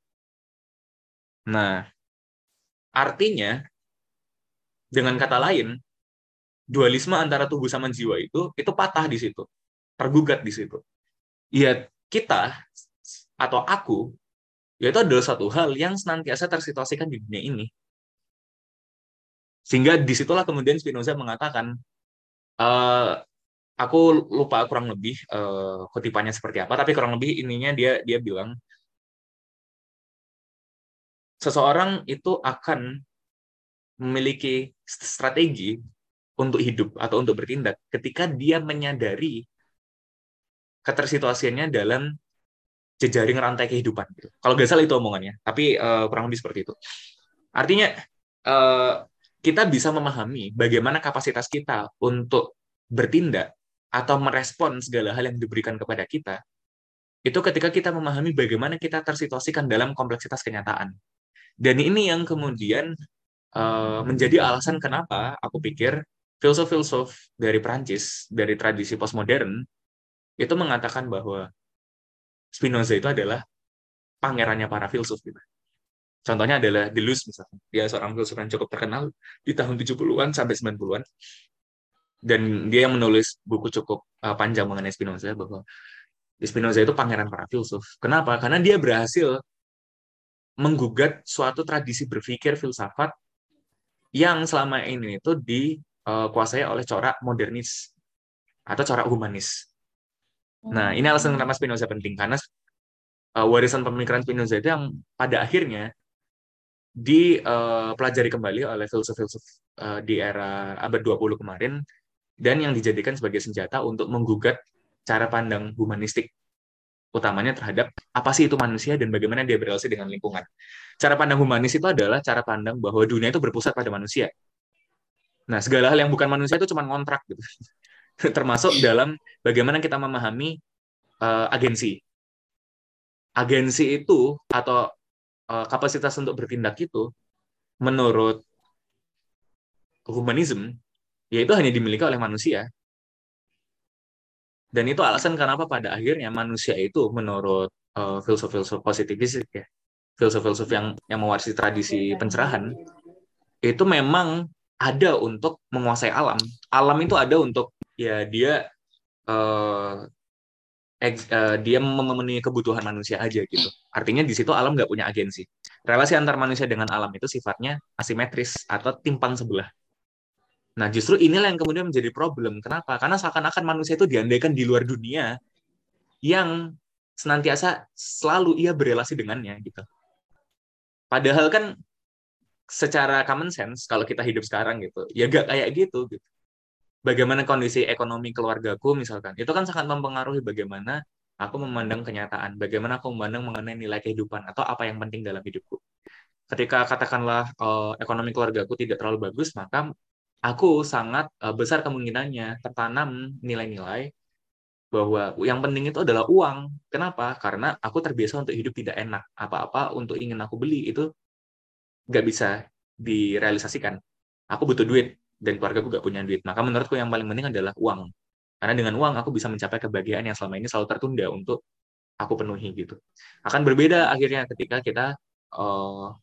Nah, artinya dengan kata lain, dualisme antara tubuh sama jiwa itu itu patah di situ, tergugat di situ. Ya kita atau aku, ya itu adalah satu hal yang senantiasa tersituasikan di dunia ini. Sehingga disitulah kemudian Spinoza mengatakan, uh, aku lupa kurang lebih uh, kutipannya seperti apa, tapi kurang lebih ininya dia dia bilang, seseorang itu akan memiliki strategi untuk hidup atau untuk bertindak ketika dia menyadari ketersituasiannya dalam jejaring rantai kehidupan. Kalau nggak salah itu omongannya, tapi uh, kurang lebih seperti itu. Artinya uh, kita bisa memahami bagaimana kapasitas kita untuk bertindak atau merespon segala hal yang diberikan kepada kita, itu ketika kita memahami bagaimana kita tersituasikan dalam kompleksitas kenyataan. Dan ini yang kemudian uh, menjadi alasan kenapa aku pikir filsuf-filsuf dari Perancis, dari tradisi postmodern, itu mengatakan bahwa Spinoza itu adalah pangerannya para filsuf. Gitu. Contohnya adalah Deleuze misalnya. Dia seorang filsuf yang cukup terkenal di tahun tujuh puluhan sampai sembilan puluhan. Dan dia yang menulis buku cukup uh, panjang mengenai Spinoza, bahwa Spinoza itu pangeran para filsuf. Kenapa? Karena dia berhasil menggugat suatu tradisi berpikir filsafat yang selama ini itu dikuasai oleh corak modernis atau corak humanis. Nah, ini alasan kenapa Spinoza penting. Karena uh, warisan pemikiran Spinoza itu yang pada akhirnya dipelajari uh, kembali oleh filsuf-filsuf uh, di era abad dua puluh kemarin, dan yang dijadikan sebagai senjata untuk menggugat cara pandang humanistik, utamanya terhadap apa sih itu manusia dan bagaimana dia berrelasi dengan lingkungan. Cara pandang humanis itu adalah cara pandang bahwa dunia itu berpusat pada manusia. Nah, segala hal yang bukan manusia itu cuma kontrak, gitu. Termasuk dalam bagaimana kita memahami uh, agensi. Agensi itu, atau uh, kapasitas untuk bertindak itu, menurut humanisme, yaitu hanya dimiliki oleh manusia. Dan itu alasan kenapa pada akhirnya manusia itu menurut uh, filsuf-filsuf positivis ya, filsuf-filsuf yang yang mewarisi tradisi pencerahan, itu memang ada untuk menguasai alam. Alam itu ada untuk ya dia uh, ex, uh, dia memenuhi kebutuhan manusia aja gitu. Artinya di situ alam nggak punya agensi. Relasi antar manusia dengan alam itu sifatnya asimetris atau timpang sebelah. Nah, justru inilah yang kemudian menjadi problem. Kenapa? Karena seakan-akan manusia itu diandaikan di luar dunia yang senantiasa selalu ia berelasi dengannya gitu. Padahal kan secara common sense kalau kita hidup sekarang gitu, ya gak kayak gitu gitu. Bagaimana kondisi ekonomi keluargaku misalkan, itu kan sangat mempengaruhi bagaimana aku memandang kenyataan, bagaimana aku memandang mengenai nilai kehidupan atau apa yang penting dalam hidupku. Ketika katakanlah uh, ekonomi keluargaku tidak terlalu bagus, maka aku sangat uh, besar kemungkinannya tertanam nilai-nilai bahwa yang penting itu adalah uang. Kenapa? Karena aku terbiasa untuk hidup tidak enak. Apa-apa untuk ingin aku beli itu nggak bisa direalisasikan. Aku butuh duit, dan keluarga gue nggak punya duit. Maka menurutku yang paling penting adalah uang. Karena dengan uang aku bisa mencapai kebahagiaan yang selama ini selalu tertunda untuk aku penuhi gitu. Akan berbeda akhirnya ketika kita uh,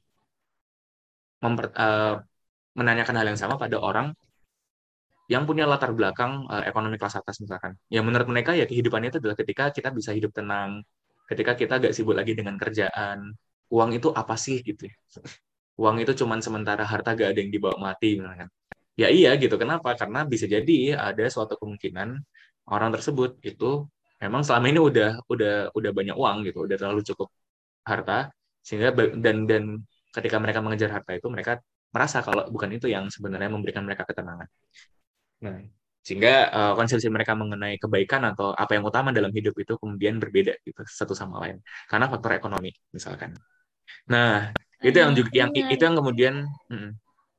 memper, uh, menanyakan hal yang sama pada orang yang punya latar belakang uh, ekonomi kelas atas misalkan. Ya menurut mereka ya kehidupannya itu adalah ketika kita bisa hidup tenang, ketika kita gak sibuk lagi dengan kerjaan. Uang itu apa sih gitu. Uang itu cuman sementara, harta gak ada yang dibawa mati misalkan. Ya iya gitu. Kenapa? Karena bisa jadi ada suatu kemungkinan orang tersebut itu memang selama ini udah udah udah banyak uang gitu, udah terlalu cukup harta, sehingga dan dan ketika mereka mengejar harta itu mereka merasa kalau bukan itu yang sebenarnya memberikan mereka ketenangan. Nah, sehingga uh, konsepsi mereka mengenai kebaikan atau apa yang utama dalam hidup itu kemudian berbeda gitu satu sama lain karena faktor ekonomi misalkan. Nah, itu yang juga yang itu yang kemudian mm,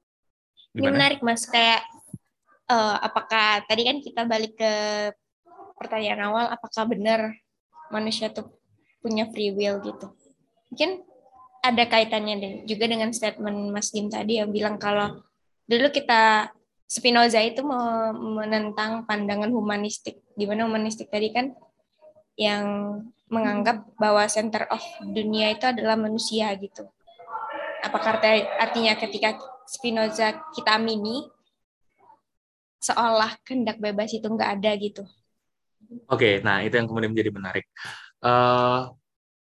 ini menarik Mas, kayak uh, apakah tadi kan kita balik ke pertanyaan awal, apakah benar manusia tuh punya free will gitu? Mungkin ada kaitannya juga dengan statement Mas Dim tadi yang bilang kalau dulu kita Spinoza itu menentang pandangan humanistik, di mana humanistik tadi kan yang menganggap bahwa center of dunia itu adalah manusia gitu. Apakah artinya ketika Spinoza kita amini, seolah kehendak bebas itu nggak ada gitu? Oke, nah itu yang kemudian menjadi menarik. Uh,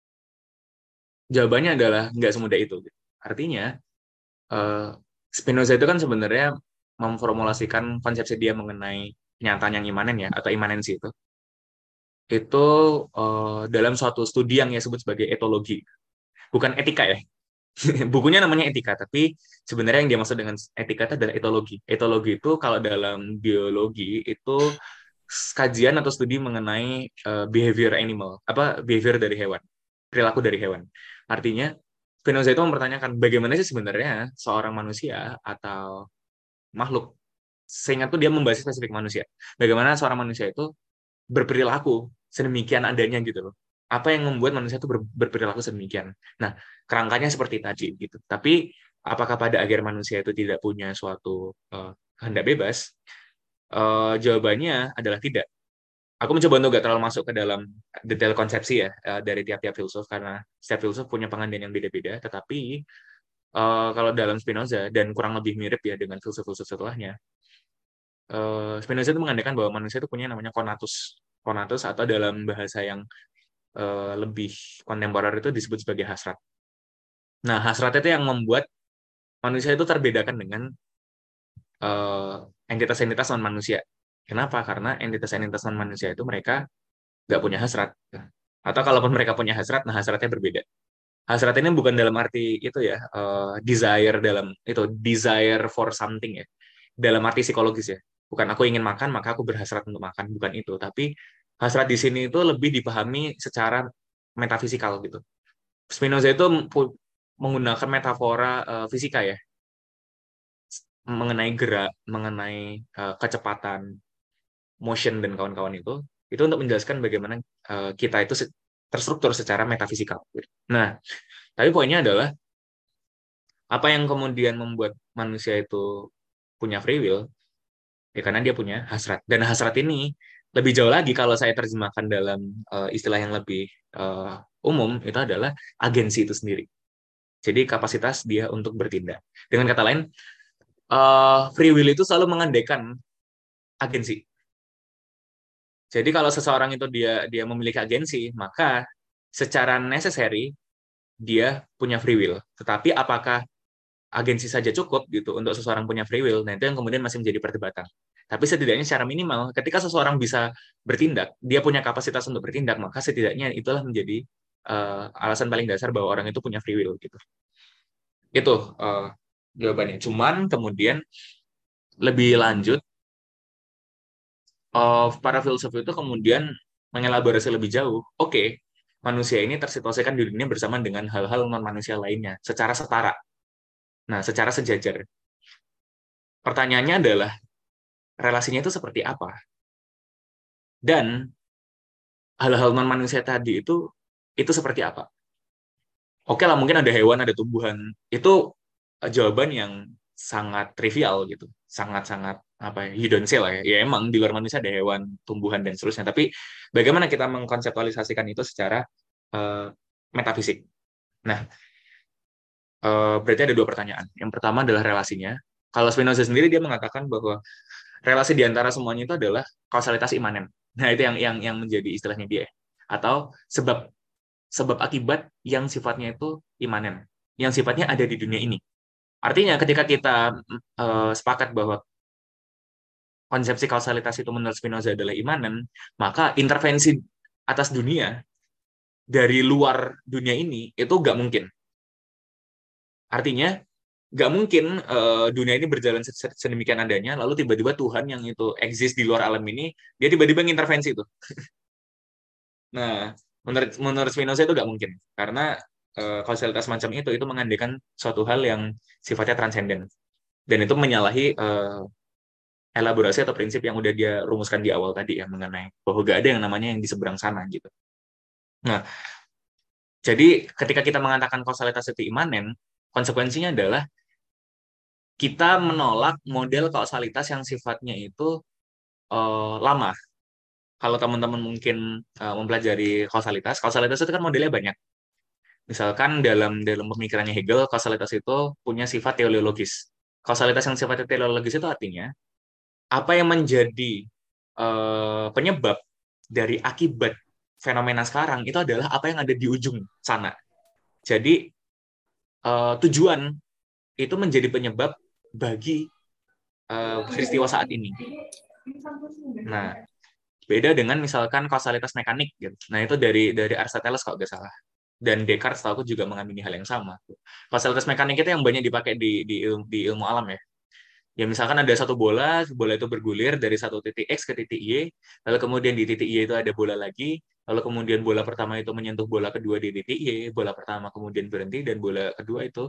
jawabannya adalah nggak semudah itu. Artinya, uh, Spinoza itu kan sebenarnya memformulasikan konsepsi dia mengenai kenyataan yang imanen ya, atau imanensi itu. Itu uh, dalam suatu studi yang ia sebut sebagai etologi. Bukan etika ya. Bukunya namanya etika, tapi sebenarnya yang dia maksud dengan etika itu adalah etologi. Etologi itu kalau dalam biologi itu kajian atau studi mengenai uh, behavior animal, apa behavior dari hewan, perilaku dari hewan. Artinya Spinoza itu mempertanyakan bagaimana sih sebenarnya seorang manusia atau makhluk. Seingatku dia membahas spesifik manusia. Bagaimana seorang manusia itu berperilaku sedemikian adanya gitu loh. Apa yang membuat manusia itu ber, berperilaku sedemikian. Nah, kerangkanya seperti tadi gitu. Tapi apakah pada akhir manusia itu tidak punya suatu uh, kehendak bebas? Uh, jawabannya adalah tidak. Aku mencoba untuk gak terlalu masuk ke dalam detail konsepsi ya uh, dari tiap-tiap filsuf karena setiap filsuf punya pengandian yang beda-beda. Tetapi uh, kalau dalam Spinoza dan kurang lebih mirip ya dengan filsuf-filsuf setelahnya, uh, Spinoza itu mengandalkan bahwa manusia itu punya namanya conatus. Conatus atau dalam bahasa yang uh, lebih kontemporer itu disebut sebagai hasrat. Nah, hasrat itu yang membuat manusia itu terbedakan dengan uh, entitas-entitas non-manusia. Kenapa? Karena entitas-entitas non-manusia itu mereka nggak punya hasrat. Atau kalaupun mereka punya hasrat, nah hasratnya berbeda. Hasrat ini bukan dalam arti itu ya, uh, desire dalam itu desire for something ya, dalam arti psikologis ya. Bukan aku ingin makan maka aku berhasrat untuk makan, bukan itu. Tapi hasrat di sini itu lebih dipahami secara metafisikal gitu. Spinoza itu menggunakan metafora uh, fisika ya, mengenai gerak, mengenai uh, kecepatan, motion dan kawan-kawan itu, itu untuk menjelaskan bagaimana uh, kita itu terstruktur secara metafisikal. Nah, tapi poinnya adalah apa yang kemudian membuat manusia itu punya free will, ya karena dia punya hasrat. Dan hasrat ini lebih jauh lagi kalau saya terjemahkan dalam uh, istilah yang lebih uh, umum, itu adalah agensi itu sendiri. Jadi kapasitas dia untuk bertindak. Dengan kata lain, uh, free will itu selalu mengandaikan agensi. Jadi kalau seseorang itu dia dia memiliki agensi, maka secara necessary dia punya free will. Tetapi apakah agensi saja cukup gitu untuk seseorang punya free will? Nah, itu yang kemudian masih menjadi perdebatan. Tapi setidaknya secara minimal, ketika seseorang bisa bertindak, dia punya kapasitas untuk bertindak, maka setidaknya itulah menjadi uh, alasan paling dasar bahwa orang itu punya free will gitu. Itu uh, jawabannya. Cuman kemudian lebih lanjut, uh, para filsuf itu kemudian mengelaborasi lebih jauh. Oke, okay, manusia ini tersituasikan di dunia bersama dengan hal-hal non-manusia lainnya, secara setara. Nah, secara sejajar. Pertanyaannya adalah, relasinya itu seperti apa? Dan hal-hal non-manusia tadi itu, itu seperti apa? Oke lah, mungkin ada hewan, ada tumbuhan. Itu jawaban yang sangat trivial gitu. Sangat-sangat, apa ya, you don't say lah ya. Ya emang di luar manusia ada hewan, tumbuhan, dan seterusnya. Tapi bagaimana kita mengkonseptualisasikan itu secara uh, metafisik? Nah, uh, berarti ada dua pertanyaan. Yang pertama adalah relasinya. Kalau Spinoza sendiri dia mengatakan bahwa relasi di antara semuanya itu adalah kausalitas imanen. Nah, itu yang yang yang menjadi istilahnya dia. Atau sebab sebab akibat yang sifatnya itu imanen, yang sifatnya ada di dunia ini. Artinya ketika kita uh, sepakat bahwa konsepsi kausalitas itu menurut Spinoza adalah imanen, maka intervensi atas dunia dari luar dunia ini itu nggak mungkin. Artinya nggak mungkin uh, dunia ini berjalan sedemikian adanya, lalu tiba-tiba Tuhan yang itu exist di luar alam ini, dia tiba-tiba ngintervensi itu. Nah, menurut menurut Spinoza itu nggak mungkin, karena uh, kausalitas macam itu itu mengandaikan suatu hal yang sifatnya transenden, dan itu menyalahi uh, elaborasi atau prinsip yang udah dia rumuskan di awal tadi ya, mengenai bahwa nggak ada yang namanya yang di seberang sana gitu. Nah, jadi ketika kita mengatakan kausalitas itu imanen, konsekuensinya adalah kita menolak model kausalitas yang sifatnya itu uh, lama. Kalau teman-teman mungkin uh, mempelajari kausalitas, kausalitas itu kan modelnya banyak. Misalkan dalam dalam pemikirannya Hegel, kausalitas itu punya sifat teleologis. Kausalitas yang sifatnya teleologis itu artinya apa yang menjadi uh, penyebab dari akibat fenomena sekarang itu adalah apa yang ada di ujung sana. Jadi uh, tujuan itu menjadi penyebab bagi uh, peristiwa saat ini. Nah, beda dengan misalkan kausalitas mekanik gitu. Nah, itu dari dari Aristoteles kalau nggak salah. Dan Descartes tahu aku juga mengamini hal yang sama. Kausalitas mekanik itu yang banyak dipakai di di ilmu, di ilmu alam ya. Ya misalkan ada satu bola, bola itu bergulir dari satu titik X ke titik Y, lalu kemudian di titik Y itu ada bola lagi, lalu kemudian bola pertama itu menyentuh bola kedua di titik Y, bola pertama kemudian berhenti, dan bola kedua itu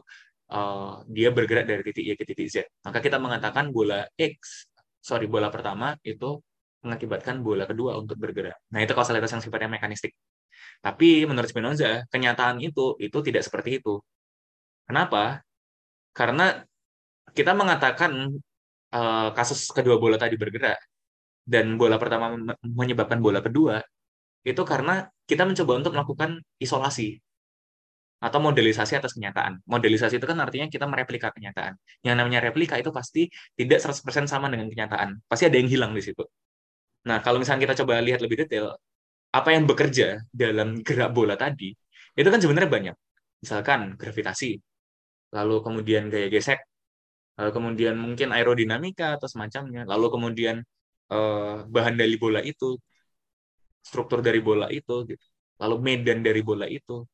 uh, dia bergerak dari titik Y ke titik Z. Maka kita mengatakan bola X, sorry bola pertama itu mengakibatkan bola kedua untuk bergerak. Nah, itu kausalitas yang sifatnya mekanistik. Tapi menurut Spinoza, kenyataan itu itu tidak seperti itu. Kenapa? Karena kita mengatakan uh, kasus kedua bola tadi bergerak dan bola pertama menyebabkan bola kedua itu karena kita mencoba untuk melakukan isolasi atau modelisasi atas kenyataan. Modelisasi itu kan artinya kita mereplika kenyataan. Yang namanya replika itu pasti tidak seratus persen sama dengan kenyataan. Pasti ada yang hilang di situ. Nah, kalau misalnya kita coba lihat lebih detail, apa yang bekerja dalam gerak bola tadi, itu kan sebenarnya banyak. Misalkan gravitasi, lalu kemudian gaya gesek, lalu kemudian mungkin aerodinamika atau semacamnya, lalu kemudian eh, bahan dari bola itu, struktur dari bola itu, gitu. Lalu medan dari bola itu,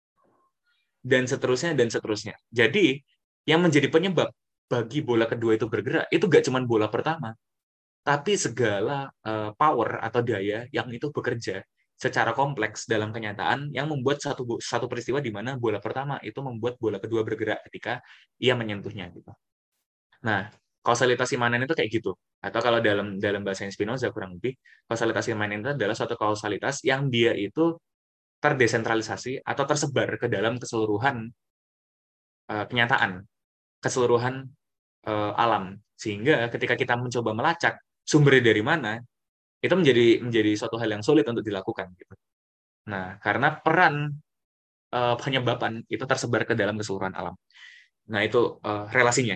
dan seterusnya, dan seterusnya. Jadi, yang menjadi penyebab bagi bola kedua itu bergerak, itu gak cuma bola pertama, tapi segala uh, power atau daya yang itu bekerja secara kompleks dalam kenyataan yang membuat satu satu peristiwa di mana bola pertama itu membuat bola kedua bergerak ketika ia menyentuhnya gitu. Nah, kausalitas imanen itu kayak gitu. Atau kalau dalam dalam bahasa Spinoza kurang lebih, kausalitas imanen itu adalah suatu kausalitas yang dia itu terdesentralisasi atau tersebar ke dalam keseluruhan uh, kenyataan, keseluruhan uh, alam. Sehingga ketika kita mencoba melacak sumbernya dari mana, itu menjadi menjadi suatu hal yang sulit untuk dilakukan gitu. Nah, karena peran uh, penyebaban itu tersebar ke dalam keseluruhan alam. Nah, itu uh, relasinya,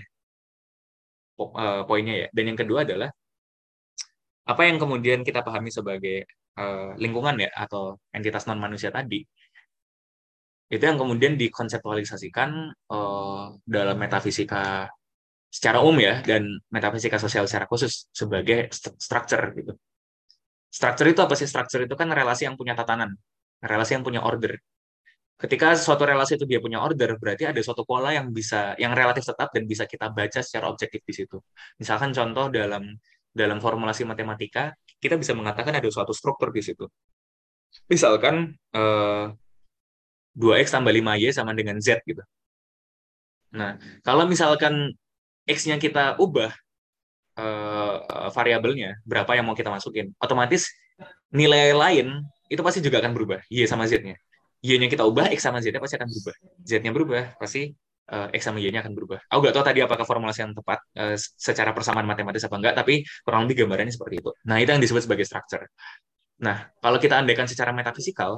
po uh, poinnya ya. Dan yang kedua adalah apa yang kemudian kita pahami sebagai uh, lingkungan ya atau entitas non manusia tadi. Itu yang kemudian dikonseptualisasikan uh, dalam metafisika secara umum ya dan metafisika sosial secara khusus sebagai st structure gitu. Structure itu apa sih? Structure itu kan relasi yang punya tatanan, relasi yang punya order. Ketika suatu relasi itu dia punya order, berarti ada suatu pola yang bisa, yang relatif tetap dan bisa kita baca secara objektif di situ. Misalkan contoh dalam dalam formulasi matematika, kita bisa mengatakan ada suatu struktur di situ. Misalkan eh, dua x tambah lima y sama dengan Z gitu. Nah, kalau misalkan X-nya kita ubah uh, variabelnya, berapa yang mau kita masukin, otomatis nilai lain itu pasti juga akan berubah, Y sama Z-nya. Y-nya kita ubah, X sama Z-nya pasti akan berubah. Z-nya berubah, pasti uh, X sama Y-nya akan berubah. Aku nggak tahu tadi apakah formulasi yang tepat uh, secara persamaan matematis apa enggak, tapi kurang lebih gambarannya seperti itu. Nah, itu yang disebut sebagai structure. Nah, kalau kita andaikan secara metafisikal,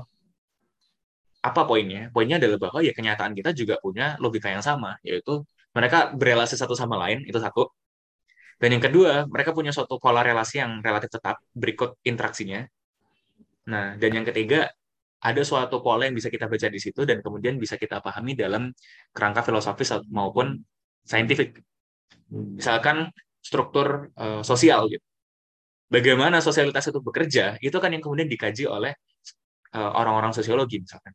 apa poinnya? Poinnya adalah bahwa ya kenyataan kita juga punya logika yang sama, yaitu mereka berelasi satu sama lain, itu satu. Dan yang kedua, mereka punya suatu pola relasi yang relatif tetap berikut interaksinya. Nah, dan yang ketiga, ada suatu pola yang bisa kita baca di situ dan kemudian bisa kita pahami dalam kerangka filosofis maupun saintifik. Misalkan struktur uh, sosial gitu. Bagaimana sosialitas itu bekerja, itu kan yang kemudian dikaji oleh orang-orang uh, sosiologi misalkan.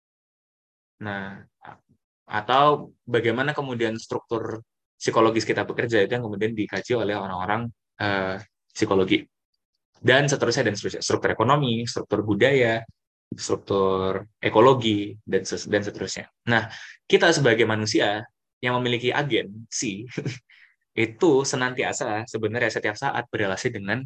Nah, atau bagaimana kemudian struktur psikologis kita bekerja itu yang kemudian dikaji oleh orang-orang uh, psikologi dan seterusnya dan seterusnya, struktur ekonomi, struktur budaya, struktur ekologi dan dan seterusnya. Nah, kita sebagai manusia yang memiliki agensi itu senantiasa sebenarnya setiap saat berrelasi dengan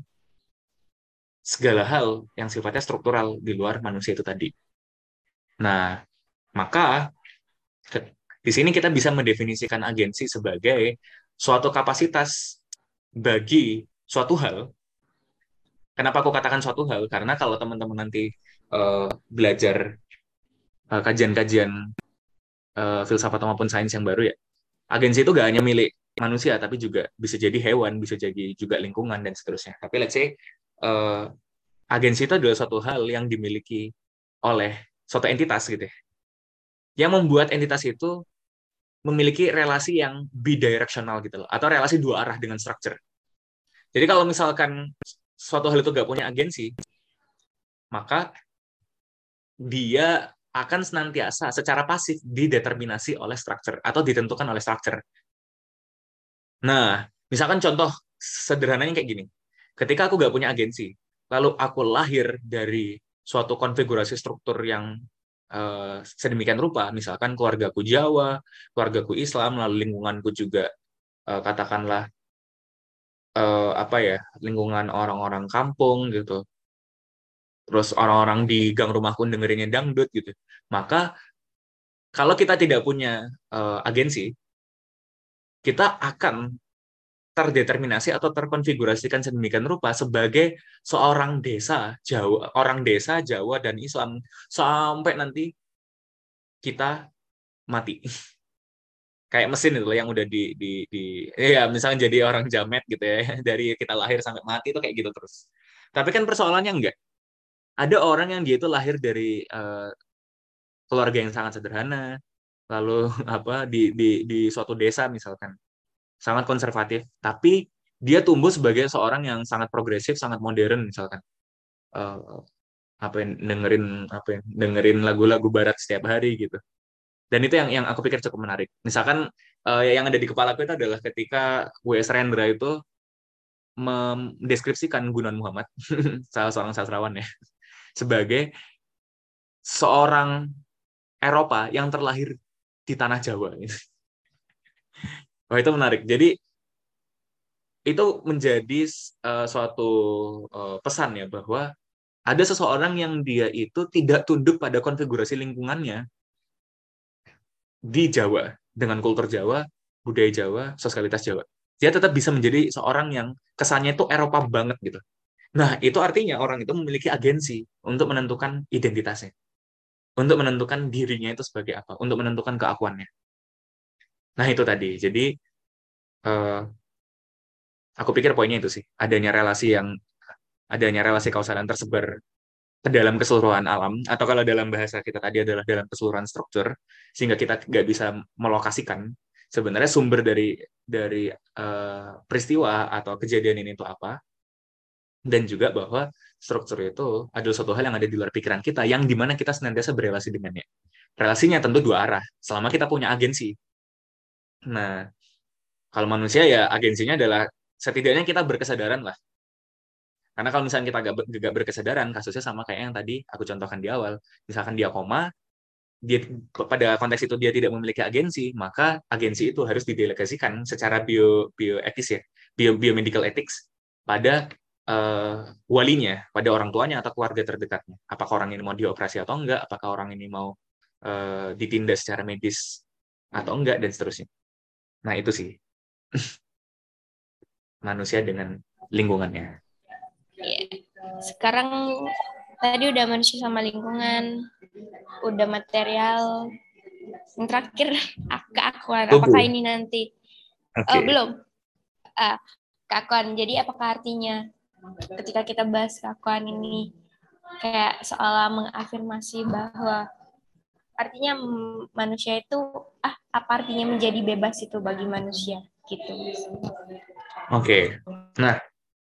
segala hal yang sifatnya struktural di luar manusia itu tadi. Nah, maka di sini kita bisa mendefinisikan agensi sebagai suatu kapasitas bagi suatu hal. Kenapa aku katakan suatu hal? Karena kalau teman-teman nanti uh, belajar uh, kajian-kajian uh, filsafat maupun sains yang baru ya, agensi itu gak hanya milik manusia, tapi juga bisa jadi hewan, bisa jadi juga lingkungan, dan seterusnya. Tapi let's say, uh, agensi itu adalah suatu hal yang dimiliki oleh suatu entitas gitu ya, yang membuat entitas itu memiliki relasi yang bidirectional gitu loh, atau relasi dua arah dengan structure. Jadi kalau misalkan suatu hal itu gak punya agensi, maka dia akan senantiasa secara pasif dideterminasi oleh structure atau ditentukan oleh structure. Nah, misalkan contoh sederhananya kayak gini. Ketika aku gak punya agensi, lalu aku lahir dari suatu konfigurasi struktur yang uh, sedemikian rupa, misalkan keluargaku Jawa, keluargaku Islam, lalu lingkunganku juga uh, katakanlah uh, apa ya, lingkungan orang-orang kampung gitu, terus orang-orang di gang rumahku dengerinnya dangdut gitu, maka kalau kita tidak punya uh, agensi, kita akan terdeterminasi atau terkonfigurasikan sedemikian rupa sebagai seorang desa Jawa, orang desa Jawa dan Islam sampai nanti kita mati. Kayak mesin itu loh yang udah di di di ya misalnya jadi orang jamet gitu ya, dari kita lahir sampai mati itu kayak gitu terus. Tapi kan persoalannya enggak. Ada orang yang dia itu lahir dari uh, keluarga yang sangat sederhana, lalu apa di di di suatu desa misalkan sangat konservatif, tapi dia tumbuh sebagai seorang yang sangat progresif, sangat modern misalkan. Uh, apa yang dengerin apa yang dengerin lagu-lagu barat setiap hari gitu. Dan itu yang yang aku pikir cukup menarik. Misalkan uh, yang ada di kepalaku itu adalah ketika W S Rendra itu mendeskripsikan Gunawan Muhammad, salah seorang sastrawan ya, sebagai seorang Eropa yang terlahir di tanah Jawa. Wah, itu menarik. Jadi itu menjadi uh, suatu uh, pesan ya bahwa ada seseorang yang dia itu tidak tunduk pada konfigurasi lingkungannya di Jawa, dengan kultur Jawa, budaya Jawa, sosialitas Jawa. Dia tetap bisa menjadi seorang yang kesannya itu Eropa banget gitu. Nah, itu artinya orang itu memiliki agensi untuk menentukan identitasnya, untuk menentukan dirinya itu sebagai apa, untuk menentukan keakuannya. Nah, itu tadi. Jadi, uh, aku pikir poinnya itu sih, adanya relasi yang adanya relasi kausalan tersebar ke dalam keseluruhan alam, atau kalau dalam bahasa kita tadi adalah dalam keseluruhan struktur, sehingga kita nggak bisa melokasikan sebenarnya sumber dari dari uh, peristiwa atau kejadian ini itu apa, dan juga bahwa struktur itu adalah suatu hal yang ada di luar pikiran kita, yang dimana kita senantiasa berrelasi dengannya. Relasinya tentu dua arah, selama kita punya agensi. Nah, kalau manusia ya agensinya adalah setidaknya kita berkesadaran lah. Karena kalau misalnya kita gak, gak berkesadaran, kasusnya sama kayak yang tadi aku contohkan di awal. Misalkan dia koma, dia pada konteks itu dia tidak memiliki agensi, maka agensi itu harus didelegasikan secara bio bioetis ya, bio biomedical ethics pada uh, walinya, pada orang tuanya atau keluarga terdekatnya. Apakah orang ini mau dioperasi atau enggak, apakah orang ini mau uh, ditindas secara medis atau enggak, dan seterusnya. Nah, itu sih manusia dengan lingkungannya. Ya. Sekarang tadi udah manusia sama lingkungan, udah material. Yang terakhir keakuan. Apakah ini nanti? Okay. Oh belum. Uh, keakuan. Jadi apakah artinya ketika kita bahas keakuan ini kayak seolah mengafirmasi bahwa artinya manusia itu ah apa artinya menjadi bebas itu bagi manusia gitu. Oke. Okay. Nah.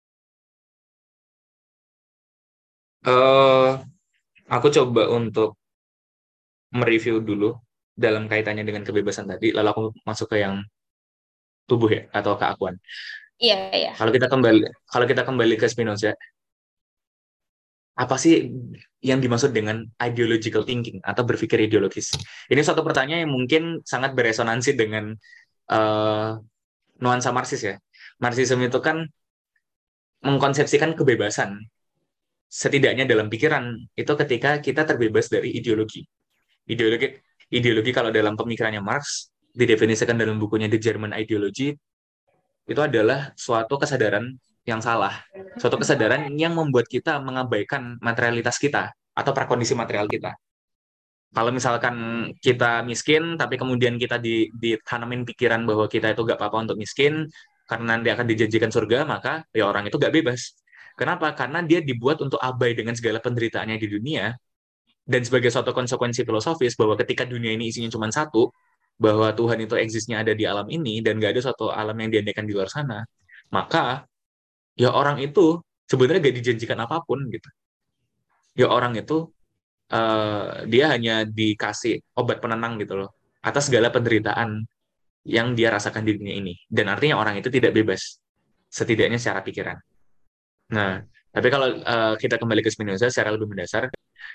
Uh, aku coba untuk mereview dulu dalam kaitannya dengan kebebasan tadi, lalu aku masuk ke yang tubuh ya atau keakuan. Iya, iya. Kalau kita kembali kalau kita kembali ke Spinoza, apa sih yang dimaksud dengan ideological thinking atau berpikir ideologis? Ini suatu pertanyaan yang mungkin sangat beresonansi dengan uh, nuansa Marxis ya. Marxisme itu kan mengkonsepsikan kebebasan setidaknya dalam pikiran itu ketika kita terbebas dari ideologi. Ideologi ideologi kalau dalam pemikirannya Marx didefinisikan dalam bukunya The German Ideology itu adalah suatu kesadaran yang salah, suatu kesadaran yang membuat kita mengabaikan materialitas kita atau prakondisi material kita. Kalau misalkan kita miskin, tapi kemudian kita ditanamin pikiran bahwa kita itu gak apa-apa untuk miskin, karena nanti akan dijanjikan surga, maka ya orang itu gak bebas. Kenapa? Karena dia dibuat untuk abai dengan segala penderitaannya di dunia, dan sebagai suatu konsekuensi filosofis bahwa ketika dunia ini isinya cuma satu, bahwa Tuhan itu eksisnya ada di alam ini, dan gak ada suatu alam yang diandaikan di luar sana, maka ya orang itu sebenarnya gak dijanjikan apapun gitu. Ya orang itu uh, dia hanya dikasih obat penenang gitu loh atas segala penderitaan yang dia rasakan di dunia ini, dan artinya orang itu tidak bebas setidaknya secara pikiran. Nah, tapi kalau uh, kita kembali ke Spinoza secara lebih mendasar,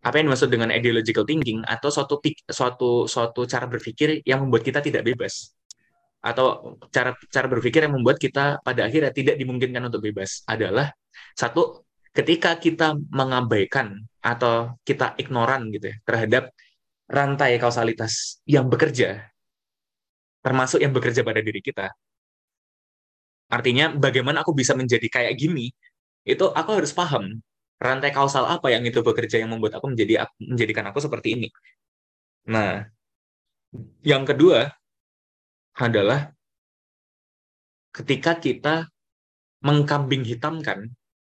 apa yang dimaksud dengan ideological thinking atau suatu suatu suatu cara berpikir yang membuat kita tidak bebas atau cara cara berpikir yang membuat kita pada akhirnya tidak dimungkinkan untuk bebas adalah satu ketika kita mengabaikan atau kita ignoran gitu ya terhadap rantai kausalitas yang bekerja termasuk yang bekerja pada diri kita. Artinya bagaimana aku bisa menjadi kayak gini itu aku harus paham rantai kausal apa yang itu bekerja yang membuat aku menjadi menjadikan aku seperti ini. Nah, yang kedua adalah ketika kita mengkambing hitamkan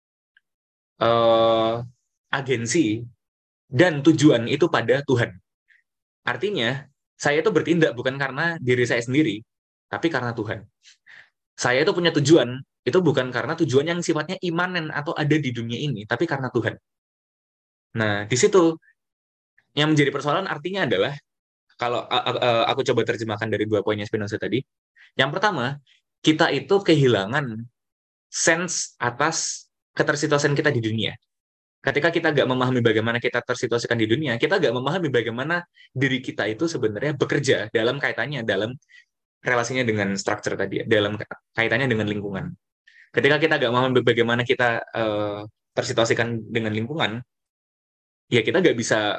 uh, agensi dan tujuan itu pada Tuhan. Artinya, saya itu bertindak bukan karena diri saya sendiri, tapi karena Tuhan. Saya itu punya tujuan, itu bukan karena tujuan yang sifatnya imanen atau ada di dunia ini, tapi karena Tuhan. Nah, di situ yang menjadi persoalan artinya adalah, kalau uh, uh, aku coba terjemahkan dari dua poinnya Spinoza tadi, yang pertama, kita itu kehilangan sense atas ketersituasian kita di dunia. Ketika kita nggak memahami bagaimana kita tersituasikan di dunia, kita nggak memahami bagaimana diri kita itu sebenarnya bekerja dalam kaitannya, dalam relasinya dengan structure tadi, dalam kaitannya dengan lingkungan. Ketika kita nggak memahami bagaimana kita uh, tersituasikan dengan lingkungan, ya kita nggak bisa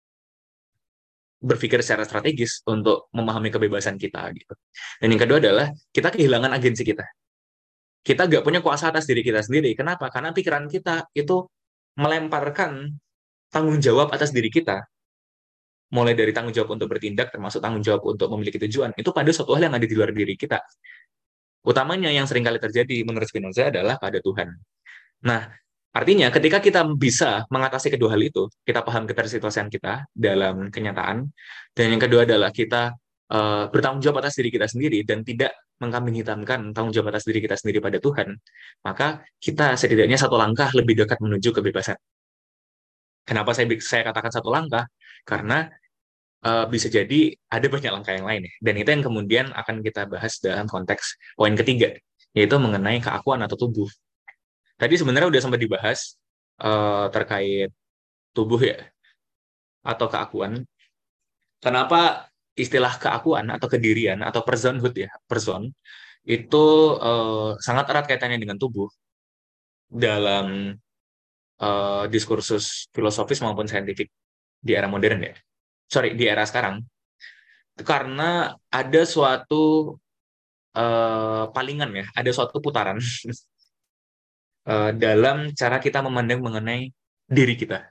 berpikir secara strategis untuk memahami kebebasan kita. Gitu. Dan yang kedua adalah kita kehilangan agensi kita. Kita nggak punya kuasa atas diri kita sendiri. Kenapa? Karena pikiran kita itu melemparkan tanggung jawab atas diri kita, mulai dari tanggung jawab untuk bertindak, termasuk tanggung jawab untuk memiliki tujuan, itu pada suatu hal yang ada di luar diri kita. Utamanya yang sering kali terjadi menurut Spinoza adalah pada Tuhan. Nah, artinya ketika kita bisa mengatasi kedua hal itu, kita paham ketersituasian kita dalam kenyataan, dan yang kedua adalah kita uh, bertanggung jawab atas diri kita sendiri dan tidak mengkambing hitamkan tanggung jawab atas diri kita sendiri pada Tuhan, maka kita setidaknya satu langkah lebih dekat menuju kebebasan. Kenapa saya saya katakan satu langkah? Karena uh, bisa jadi ada banyak langkah yang lain ya. Dan itu yang kemudian akan kita bahas dalam konteks poin ketiga, yaitu mengenai keakuan atau tubuh. Tadi sebenarnya udah sempat dibahas uh, terkait tubuh ya, atau keakuan. Kenapa istilah keakuan atau kedirian atau personhood ya, person, itu uh, sangat erat kaitannya dengan tubuh dalam uh, diskursus filosofis maupun saintifik di era modern ya. Sorry, di era sekarang. Karena ada suatu uh, palingan ya, ada suatu putaran uh, dalam cara kita memandang mengenai diri kita.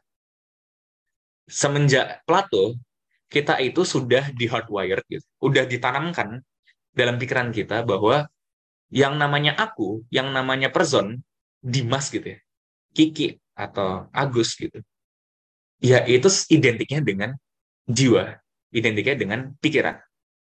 Semenjak Plato, kita itu sudah di hardwired, gitu. Udah ditanamkan dalam pikiran kita bahwa yang namanya aku, yang namanya person, Dimas gitu ya, Kiki atau Agus gitu, ya itu identiknya dengan jiwa, identiknya dengan pikiran.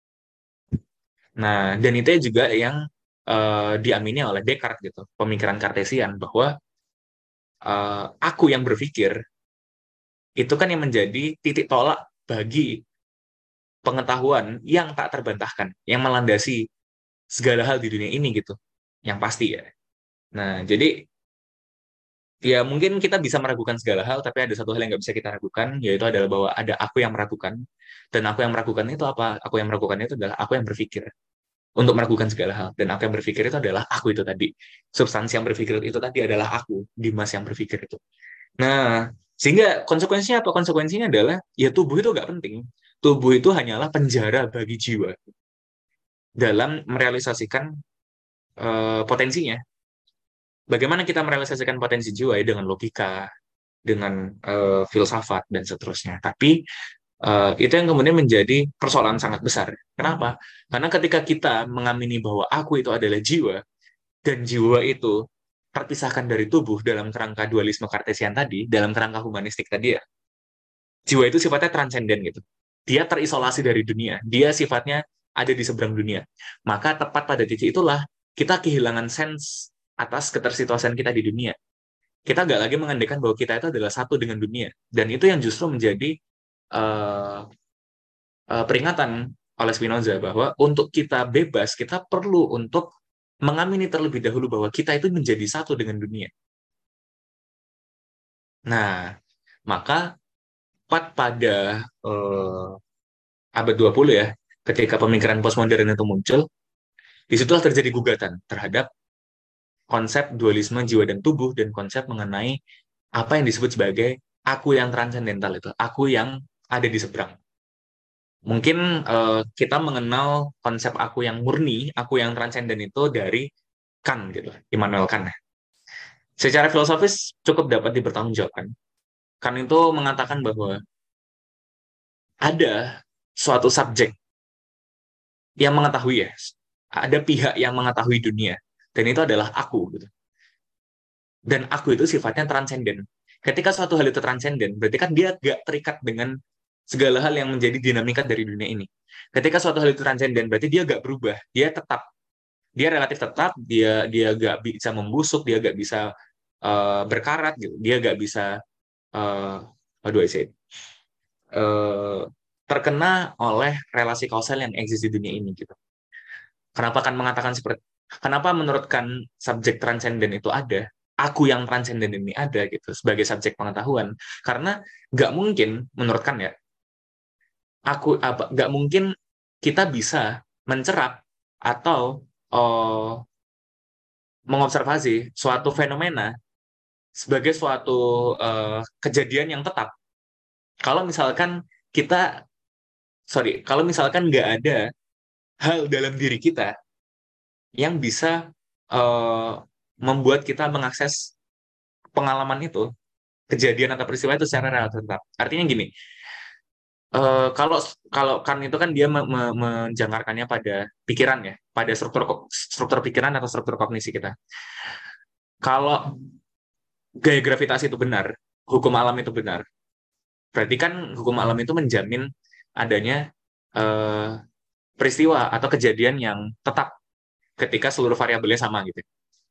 Nah, dan itu juga yang uh, diamini oleh Descartes gitu, pemikiran Kartesian bahwa uh, aku yang berpikir itu kan yang menjadi titik tolak bagi pengetahuan yang tak terbantahkan, yang melandasi segala hal di dunia ini gitu, yang pasti ya. Nah, jadi ya mungkin kita bisa meragukan segala hal, tapi ada satu hal yang nggak bisa kita ragukan, yaitu adalah bahwa ada aku yang meragukan. Dan aku yang meragukan itu apa? Aku yang meragukan itu adalah aku yang berpikir untuk meragukan segala hal. Dan aku yang berpikir itu adalah aku itu tadi. Substansi yang berpikir itu tadi adalah aku, Dimas yang berpikir itu. Nah, sehingga konsekuensinya apa? Konsekuensinya adalah, ya tubuh itu nggak penting. Tubuh itu hanyalah penjara bagi jiwa dalam merealisasikan uh, potensinya. Bagaimana kita merealisasikan potensi jiwa ya, dengan logika, dengan uh, filsafat, dan seterusnya. Tapi uh, itu yang kemudian menjadi persoalan sangat besar. Kenapa? Karena ketika kita mengamini bahwa aku itu adalah jiwa, dan jiwa itu terpisahkan dari tubuh dalam kerangka dualisme Kartesian tadi, dalam kerangka humanistik tadi ya, jiwa itu sifatnya transenden gitu. Dia terisolasi dari dunia. Dia sifatnya ada di seberang dunia. Maka tepat pada titik itulah kita kehilangan sense atas ketersituasian kita di dunia. Kita nggak lagi mengandaikan bahwa kita itu adalah satu dengan dunia. Dan itu yang justru menjadi uh, uh, peringatan oleh Spinoza bahwa untuk kita bebas, kita perlu untuk mengamini terlebih dahulu bahwa kita itu menjadi satu dengan dunia. Nah, maka tepat pada uh, abad dua puluh ya, ketika pemikiran postmodern itu muncul, disitulah terjadi gugatan terhadap konsep dualisme jiwa dan tubuh dan konsep mengenai apa yang disebut sebagai aku yang transendental itu, aku yang ada di seberang. Mungkin uh, kita mengenal konsep aku yang murni, aku yang transenden itu dari Kant gitu, Immanuel Kant. Secara filosofis cukup dapat dipertanggungjawabkan. Kant itu mengatakan bahwa ada suatu subjek yang mengetahui ya, ada pihak yang mengetahui dunia, dan itu adalah aku gitu. Dan aku itu sifatnya transenden. Ketika suatu hal itu transenden, berarti kan dia gak terikat dengan segala hal yang menjadi dinamika dari dunia ini. Ketika suatu hal itu transenden, berarti dia gak berubah, dia tetap, dia relatif tetap, dia dia gak bisa membusuk, dia gak bisa uh, berkarat gitu, dia gak bisa uh, how do I say it? Uh, terkena oleh relasi kausal yang eksis di dunia ini gitu. Kenapa kan mengatakan seperti kenapa menurutkan subjek transenden itu ada, aku yang transenden ini ada gitu sebagai subjek pengetahuan? Karena nggak mungkin menurutkan ya, aku apa nggak mungkin kita bisa mencerap atau uh, mengobservasi suatu fenomena sebagai suatu uh, kejadian yang tetap. Kalau misalkan kita sorry, kalau misalkan nggak ada hal dalam diri kita yang bisa uh, membuat kita mengakses pengalaman itu, kejadian atau peristiwa itu secara relatif tetap. Artinya gini, uh, kalau kalau kan itu kan dia me, me, menjangkarkannya pada pikiran ya, pada struktur struktur pikiran atau struktur kognisi kita. Kalau gaya gravitasi itu benar, hukum alam itu benar, berarti kan hukum alam itu menjamin adanya uh, peristiwa atau kejadian yang tetap ketika seluruh variabelnya sama gitu.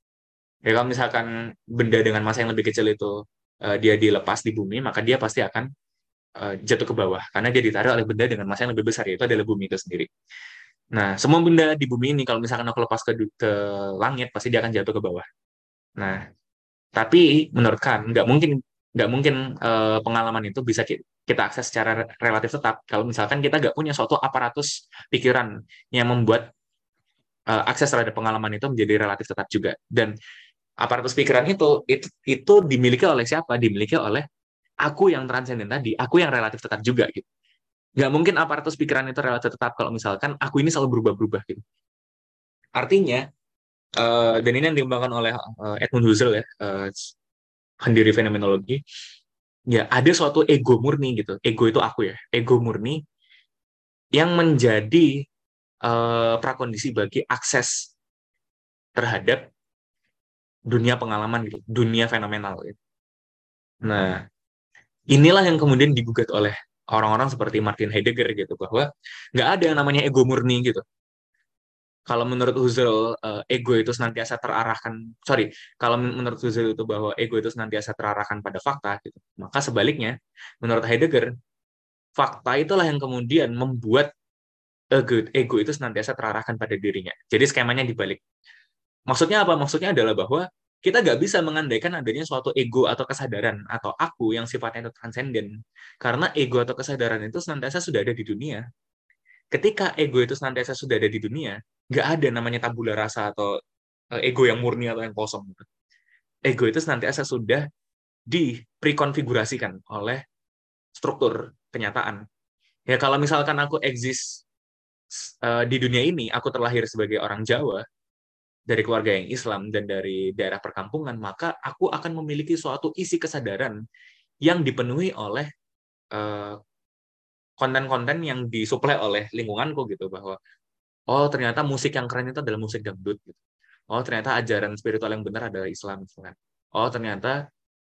Ya kalau misalkan benda dengan massa yang lebih kecil itu uh, dia dilepas di bumi, maka dia pasti akan uh, jatuh ke bawah karena dia ditarik oleh benda dengan massa yang lebih besar, yaitu adalah bumi itu sendiri. Nah, semua benda di bumi ini kalau misalkan aku lepas ke ke langit, pasti dia akan jatuh ke bawah. Nah, tapi menurut Kant nggak mungkin nggak mungkin uh, pengalaman itu bisa kita akses secara relatif tetap kalau misalkan kita nggak punya suatu aparatus pikiran yang membuat uh, akses terhadap pengalaman itu menjadi relatif tetap juga. Dan aparatus pikiran itu, itu itu dimiliki oleh siapa? Dimiliki oleh aku yang transenden tadi, aku yang relatif tetap juga gitu. Nggak mungkin aparatus pikiran itu relatif tetap kalau misalkan aku ini selalu berubah-berubah gitu. Artinya, uh, dan ini yang dikembangkan oleh uh, Edmund Husserl ya, uh, pendiri fenomenologi, ya ada suatu ego murni gitu. Ego itu aku ya, ego murni yang menjadi uh, prakondisi bagi akses terhadap dunia pengalaman gitu, dunia fenomenal gitu. Nah, inilah yang kemudian digugat oleh orang-orang seperti Martin Heidegger gitu, bahwa nggak ada yang namanya ego murni gitu. Kalau menurut Husserl, uh, ego itu senantiasa terarahkan, sorry, kalau menurut Husserl itu bahwa ego itu senantiasa terarahkan pada fakta, gitu. Maka sebaliknya, menurut Heidegger, fakta itulah yang kemudian membuat ego, ego itu senantiasa terarahkan pada dirinya. Jadi skemanya dibalik. Maksudnya apa? Maksudnya adalah bahwa kita nggak bisa mengandaikan adanya suatu ego atau kesadaran atau aku yang sifatnya itu transenden. Karena ego atau kesadaran itu senantiasa sudah ada di dunia. Ketika ego itu senantiasa sudah ada di dunia, nggak ada namanya tabula rasa atau ego yang murni atau yang kosong. Ego itu senantiasa sudah diprekonfigurasikan oleh struktur kenyataan. Ya kalau misalkan aku eksis uh, di dunia ini, aku terlahir sebagai orang Jawa, dari keluarga yang Islam dan dari daerah perkampungan, maka aku akan memiliki suatu isi kesadaran yang dipenuhi oleh uh, konten-konten yang disuplai oleh lingkunganku gitu, bahwa oh ternyata musik yang keren itu adalah musik dangdut gitu. Oh ternyata ajaran spiritual yang benar adalah Islam misalkan. Oh ternyata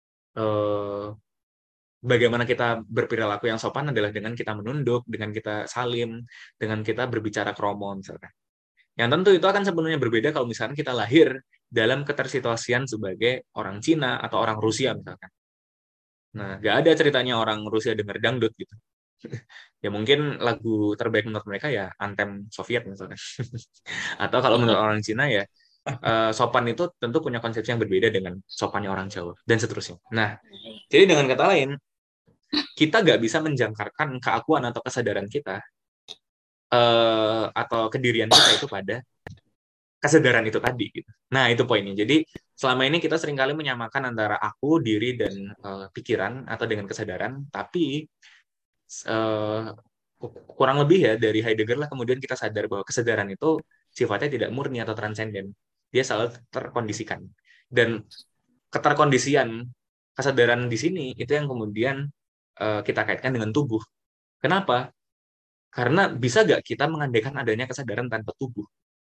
eh, bagaimana kita berperilaku yang sopan adalah dengan kita menunduk, dengan kita salim, dengan kita berbicara kromo misalkan. Yang tentu itu akan sebenarnya berbeda kalau misalkan kita lahir dalam ketersituasian sebagai orang Cina atau orang Rusia misalkan. Nah, nggak ada ceritanya orang Rusia dengar dangdut gitu. Ya mungkin lagu terbaik menurut mereka ya Anthem Soviet misalnya. Atau kalau menurut orang Cina ya uh, sopan itu tentu punya konsepsi yang berbeda dengan sopannya orang Jawa dan seterusnya. Nah, jadi dengan kata lain kita nggak bisa menjangkarkan keakuan atau kesadaran kita uh, atau kedirian kita itu pada kesadaran itu tadi gitu. Nah, itu poinnya. Jadi selama ini kita seringkali menyamakan antara aku, diri, dan uh, pikiran atau dengan kesadaran, tapi uh, kurang lebih ya dari Heidegger lah kemudian kita sadar bahwa kesadaran itu sifatnya tidak murni atau transenden. Dia selalu terkondisikan. Dan keterkondisian kesadaran di sini itu yang kemudian uh, kita kaitkan dengan tubuh. Kenapa? Karena bisa nggak kita mengandaikan adanya kesadaran tanpa tubuh?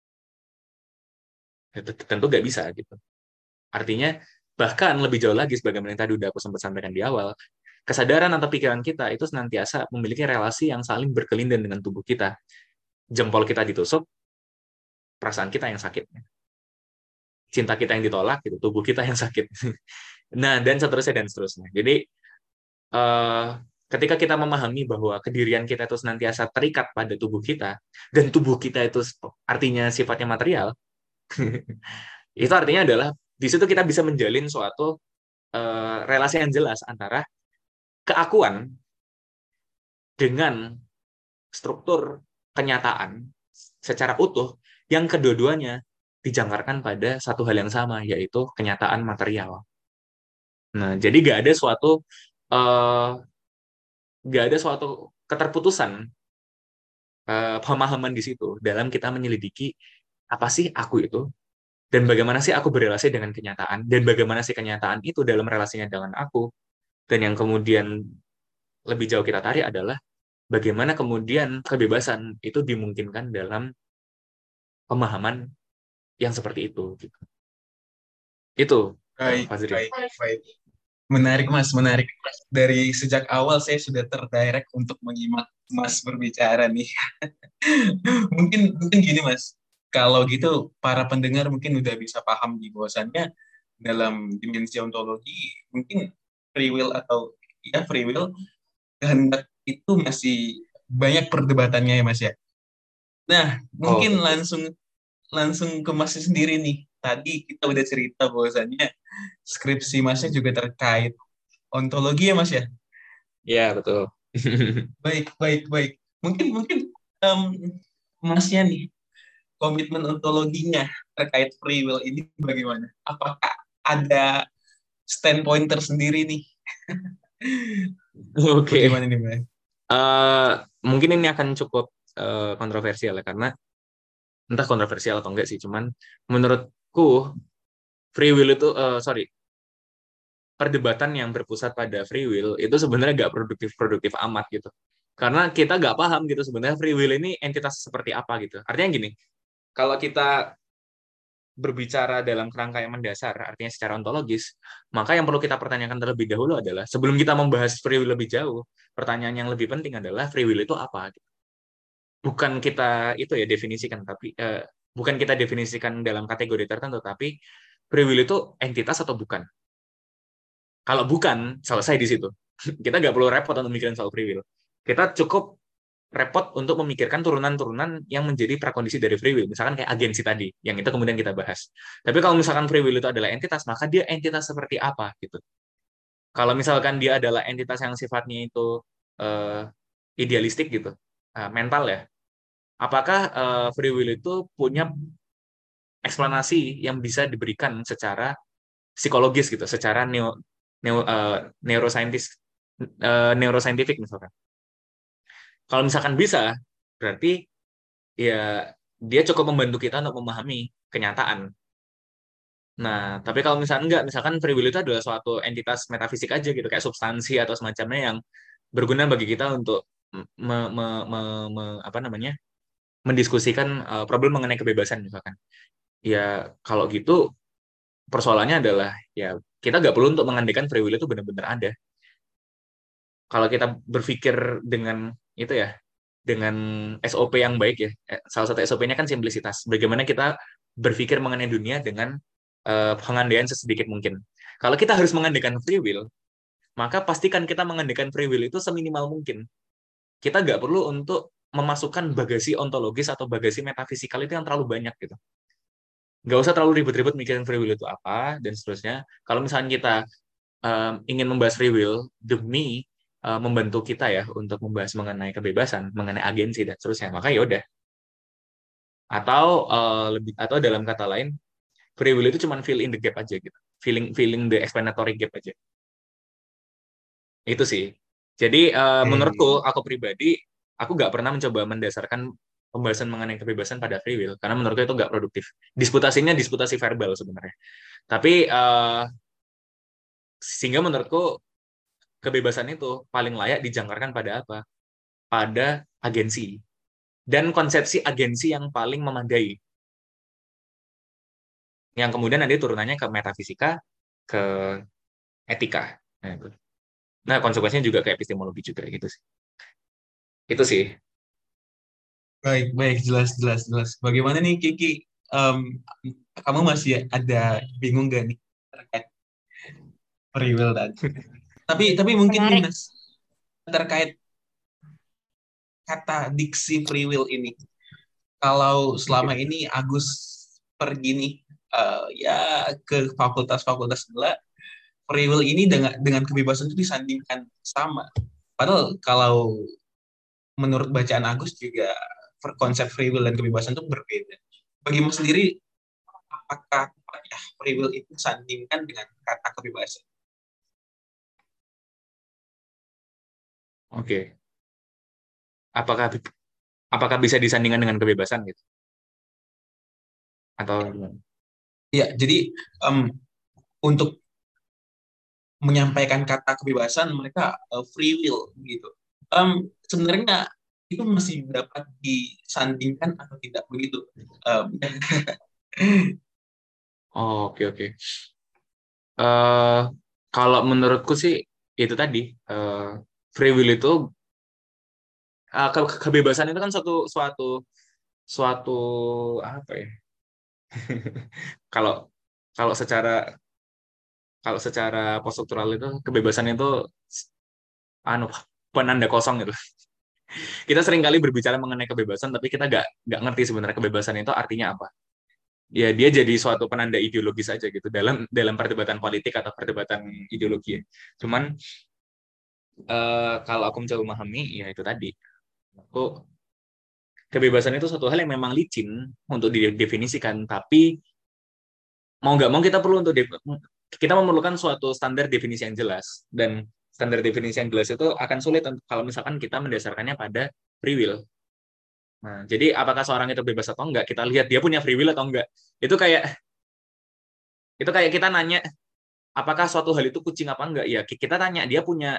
Tentu nggak bisa gitu. Artinya bahkan lebih jauh lagi sebagaimana yang tadi udah aku sempat sampaikan di awal, kesadaran atau pikiran kita itu senantiasa memiliki relasi yang saling berkelindan dengan tubuh kita. Jempol kita ditusuk, perasaan kita yang sakit. Cinta kita yang ditolak, gitu, tubuh kita yang sakit. Nah, dan seterusnya dan seterusnya. Jadi uh, ketika kita memahami bahwa kedirian kita itu senantiasa terikat pada tubuh kita, dan tubuh kita itu artinya sifatnya material, itu artinya adalah di situ kita bisa menjalin suatu uh, relasi yang jelas antara keakuan dengan struktur kenyataan secara utuh yang kedua-duanya dijangkarkan pada satu hal yang sama, yaitu kenyataan material. Nah, jadi nggak ada suatu uh, nggak ada suatu keterputusan uh, pemahaman di situ dalam kita menyelidiki apa sih aku itu, dan bagaimana sih aku berrelasi dengan kenyataan, dan bagaimana sih kenyataan itu dalam relasinya dengan aku. Dan yang kemudian lebih jauh kita tarik adalah bagaimana kemudian kebebasan itu dimungkinkan dalam pemahaman yang seperti itu. Gitu. Itu, Baik, Fazri. baik, baik. Menarik Mas, menarik. Dari sejak awal saya sudah terdirect untuk menyimak Mas berbicara nih. mungkin mungkin gini Mas, kalau gitu para pendengar mungkin udah bisa paham di bahwasannya dalam dimensi ontologi mungkin free will atau ya free will kehendak itu masih banyak perdebatannya ya Mas ya. Nah, mungkin Oh, langsung langsung ke Masnya sendiri nih. Tadi kita udah cerita bahwasannya skripsi Masnya juga terkait ontologi ya Mas ya. ya betul. Baik, baik, baik. Mungkin mungkin em, Masnya nih komitmen ontologinya terkait free will ini bagaimana? Apakah ada standpoint tersendiri nih? Oke. Okay. Bagaimana nih Mas? Uh, mungkin ini akan cukup uh, kontroversial ya, karena entah kontroversial atau enggak sih, cuman menurutku free will itu, uh, sorry, perdebatan yang berpusat pada free will itu sebenarnya nggak produktif-produktif amat gitu. Karena kita nggak paham gitu sebenarnya free will ini entitas seperti apa gitu. Artinya gini, kalau kita berbicara dalam kerangka yang mendasar, artinya secara ontologis, maka yang perlu kita pertanyakan terlebih dahulu adalah, sebelum kita membahas free will lebih jauh, pertanyaan yang lebih penting adalah free will itu apa? Bukan kita itu ya definisikan, tapi eh, bukan kita definisikan dalam kategori tertentu, tapi free will itu entitas atau bukan? Kalau bukan, selesai di situ. Kita nggak perlu repot untuk mikirin soal free will. Kita cukup repot untuk memikirkan turunan-turunan yang menjadi prakondisi dari free will. Misalkan kayak agensi tadi, yang itu kemudian kita bahas. Tapi kalau misalkan free will itu adalah entitas, maka dia entitas seperti apa gitu. Kalau misalkan dia adalah entitas yang sifatnya itu uh, idealistik gitu, uh, mental ya, apakah uh, free will itu punya eksplanasi yang bisa diberikan secara psikologis gitu, secara neo, neo, uh, neuroscientist, uh, neuroscientific misalkan. Kalau misalkan bisa, berarti ya dia cukup membantu kita untuk memahami kenyataan. Nah, tapi kalau misalkan enggak, misalkan free will itu adalah suatu entitas metafisik aja gitu, kayak substansi atau semacamnya yang berguna bagi kita untuk me, me, me, me, apa namanya mendiskusikan uh, problem mengenai kebebasan misalkan. Ya kalau gitu persoalannya adalah ya kita nggak perlu untuk mengandaikan free will itu benar-benar ada. Kalau kita berpikir dengan itu ya, dengan S O P yang baik ya, salah satu S O P-nya kan simplisitas. Bagaimana kita berpikir mengenai dunia dengan uh, pengandaian sesedikit mungkin. Kalau kita harus mengandaikan free will, maka pastikan kita mengandaikan free will itu seminimal mungkin. Kita nggak perlu untuk memasukkan bagasi ontologis atau bagasi metafisikal itu yang terlalu banyak gitu. Nggak usah terlalu ribet-ribet mikirin free will itu apa, dan seterusnya. Kalau misalnya kita um, ingin membahas free will demi uh, membantu kita ya untuk membahas mengenai kebebasan, mengenai agensi dan seterusnya. Maka ya udah. Atau uh, lebih atau dalam kata lain, free will itu cuma fill in the gap aja gitu. Filling filling the explanatory gap aja. Itu sih. Jadi uh, Oke. menurutku, aku pribadi, aku nggak pernah mencoba mendasarkan pembahasan mengenai kebebasan pada free will, karena menurutku itu nggak produktif. Disputasinya disputasi verbal sebenarnya. Tapi uh, sehingga menurutku kebebasan itu paling layak dijangkarkan pada apa? Pada agensi. Dan konsepsi agensi yang paling memadai. Yang kemudian nanti turunannya ke metafisika, ke etika. Nah, itu. Nah, konsekuensinya juga ke epistemologi juga gitu sih. Itu sih. Baik, baik, jelas, jelas, jelas. Bagaimana nih Kiki? Em, kamu masih ada bingung gak nih terkait free will tadi? Tapi, tapi mungkin nih Menarik. Mas, terkait kata diksi free will ini. Kalau selama ini Agus pergi nih, eh, ya ke fakultas-fakultas sebelah, free will ini dengan dengan kebebasan itu disandingkan sama. Padahal kalau menurut bacaan Agus juga konsep free will dan kebebasan itu berbeda. Bagi Mas sendiri, apakah ya, free will itu disandingkan dengan kata kebebasan? Oke. Apakah apakah bisa disandingkan dengan kebebasan gitu? Atau gimana? Ya, jadi em, untuk menyampaikan kata kebebasan mereka uh, free will gitu. Um, sebenarnya itu masih dapat disandingkan atau tidak begitu? Um, Oh, oke oke. Eh, kalau menurutku sih itu tadi eh, free will itu eh, ke- kebebasan itu kan suatu suatu suatu apa ya? Kalau kalau secara kalau secara poststruktural itu kebebasan itu anu penanda kosong gitu. Kita sering kali berbicara mengenai kebebasan, tapi kita nggak nggak ngerti sebenarnya kebebasan itu artinya apa. Ya dia jadi suatu penanda ideologis saja gitu dalam dalam perdebatan politik atau perdebatan ideologi. Cuman eh, kalau aku mencoba memahami, ya itu tadi. Aku kebebasan itu suatu hal yang memang licin untuk didefinisikan, tapi mau nggak mau kita perlu untuk de- kita memerlukan suatu standar definisi yang jelas, dan standar definisi yang jelas itu akan sulit kalau misalkan kita mendasarkannya pada free will. Nah, jadi apakah seorang itu bebas atau enggak, kita lihat dia punya free will atau enggak. Itu kayak itu kayak kita nanya apakah suatu hal itu kucing apa enggak. Ya, kita tanya dia punya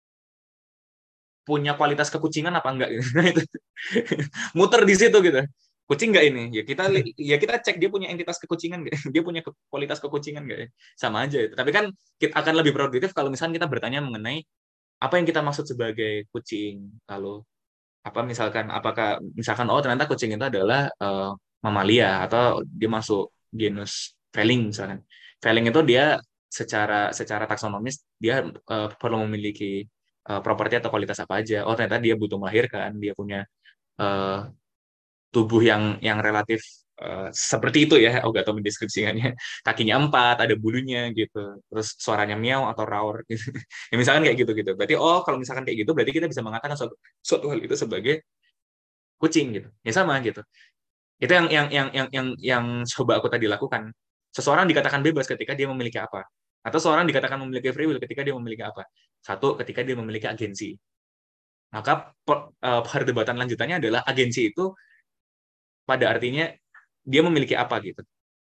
punya kualitas kekucingan apa enggak gitu. Nah, itu muter di situ gitu. Kucing enggak ini? Ya kita ya kita cek dia punya entitas kekucingan enggak? Dia punya ke, kualitas kekucingan enggak ya? Sama aja itu. Tapi kan kita akan lebih produktif kalau misalnya kita bertanya mengenai apa yang kita maksud sebagai kucing. Lalu apa misalkan apakah misalkan oh ternyata kucing itu adalah uh, mamalia atau dia masuk genus feline misalkan. Feline itu dia secara secara taksonomis dia uh, perlu memiliki uh, properti atau kualitas apa aja. Oh ternyata dia butuh melahirkan, dia punya uh, tubuh yang yang relatif uh, seperti itu ya. Aku gak tahu mendeskripsikannya. Kakinya empat, ada bulunya gitu. Terus suaranya miau atau roar gitu. Ya misalkan kayak gitu gitu. Berarti oh kalau misalkan kayak gitu berarti kita bisa mengatakan suatu, suatu hal itu sebagai kucing gitu. Ya sama gitu. Itu yang yang yang yang yang yang coba aku tadi lakukan. Seseorang dikatakan bebas ketika dia memiliki apa? Atau seorang dikatakan memiliki free will ketika dia memiliki apa? Satu, ketika dia memiliki agensi. Maka uh, perdebatan lanjutannya adalah agensi itu pada artinya dia memiliki apa gitu.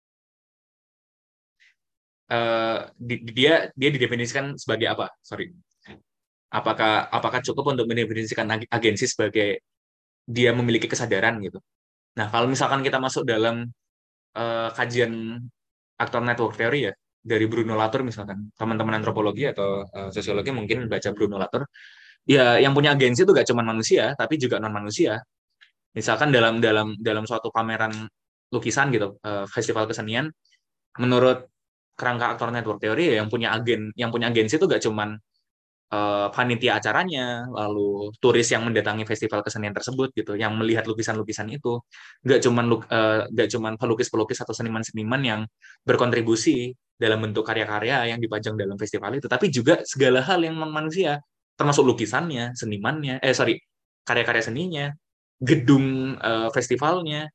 Uh, dia dia didefinisikan sebagai apa? Sorry. Apakah apakah cukup untuk mendefinisikan agensi sebagai dia memiliki kesadaran gitu? Nah, kalau misalkan kita masuk dalam uh, kajian aktor network theory ya dari Bruno Latour misalkan, teman-teman antropologi atau uh, sosiologi mungkin baca Bruno Latour, ya yang punya agensi itu gak cuma manusia tapi juga non manusia. Misalkan dalam dalam dalam suatu pameran lukisan gitu, uh, festival kesenian, menurut kerangka aktor network theory ya, yang punya agen yang punya agensi itu gak cuma uh, panitia acaranya, lalu turis yang mendatangi festival kesenian tersebut gitu, yang melihat lukisan-lukisan itu, nggak cuman uh, nggak cuman pelukis-pelukis atau seniman-seniman yang berkontribusi dalam bentuk karya-karya yang dipajang dalam festival itu, tapi juga segala hal yang non manusia. termasuk lukisannya, senimannya, eh sorry, karya-karya seninya, gedung uh, festivalnya,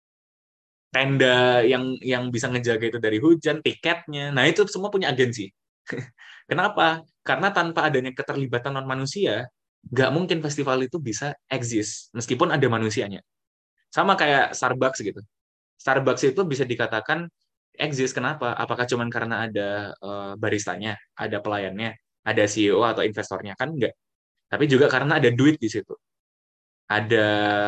tenda yang yang bisa ngejaga itu dari hujan, tiketnya. Nah, itu semua punya agensi. Kenapa? Karena tanpa adanya keterlibatan non manusia, nggak mungkin festival itu bisa eksis meskipun ada manusianya. Sama kayak Starbucks gitu. Starbucks itu bisa dikatakan eksis. Kenapa? Apakah cuma karena ada uh, baristanya, ada pelayannya, ada C E O atau investornya? Kan enggak. Tapi juga karena ada duit di situ. Ada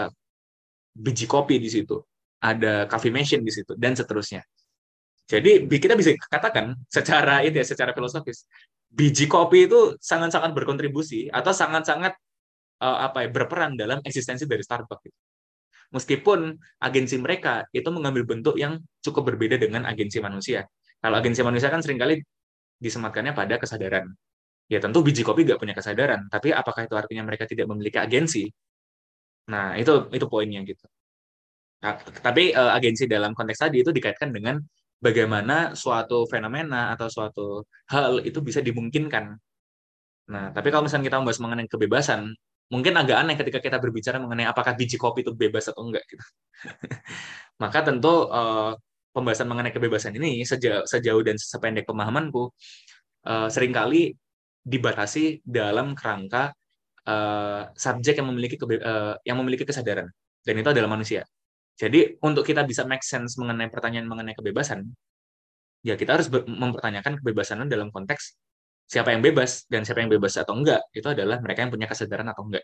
biji kopi di situ. Ada coffee machine di situ, dan seterusnya. Jadi kita bisa katakan secara itu ya, secara filosofis, biji kopi itu sangat-sangat berkontribusi atau sangat-sangat uh, apa ya, berperan dalam eksistensi dari Starbucks. Meskipun agensi mereka itu mengambil bentuk yang cukup berbeda dengan agensi manusia. Kalau agensi manusia kan seringkali disematkannya pada kesadaran. Ya tentu biji kopi nggak punya kesadaran, tapi apakah itu artinya mereka tidak memiliki agensi? Nah, itu itu poinnya gitu. Nah, tapi uh, agensi dalam konteks tadi itu dikaitkan dengan bagaimana suatu fenomena atau suatu hal itu bisa dimungkinkan. Nah, tapi kalau misalnya kita membahas mengenai kebebasan, mungkin agak aneh ketika kita berbicara mengenai apakah biji kopi itu bebas atau enggak gitu. Maka tentu uh, pembahasan mengenai kebebasan ini sejauh, sejauh dan sependek pemahamanku uh, seringkali dibatasi dalam kerangka uh, subjek yang memiliki kebe- uh, yang memiliki kesadaran, dan itu adalah manusia. Jadi untuk kita bisa make sense mengenai pertanyaan mengenai kebebasan, ya kita harus mempertanyakan kebebasan dalam konteks siapa yang bebas, dan siapa yang bebas atau enggak itu adalah mereka yang punya kesadaran atau enggak.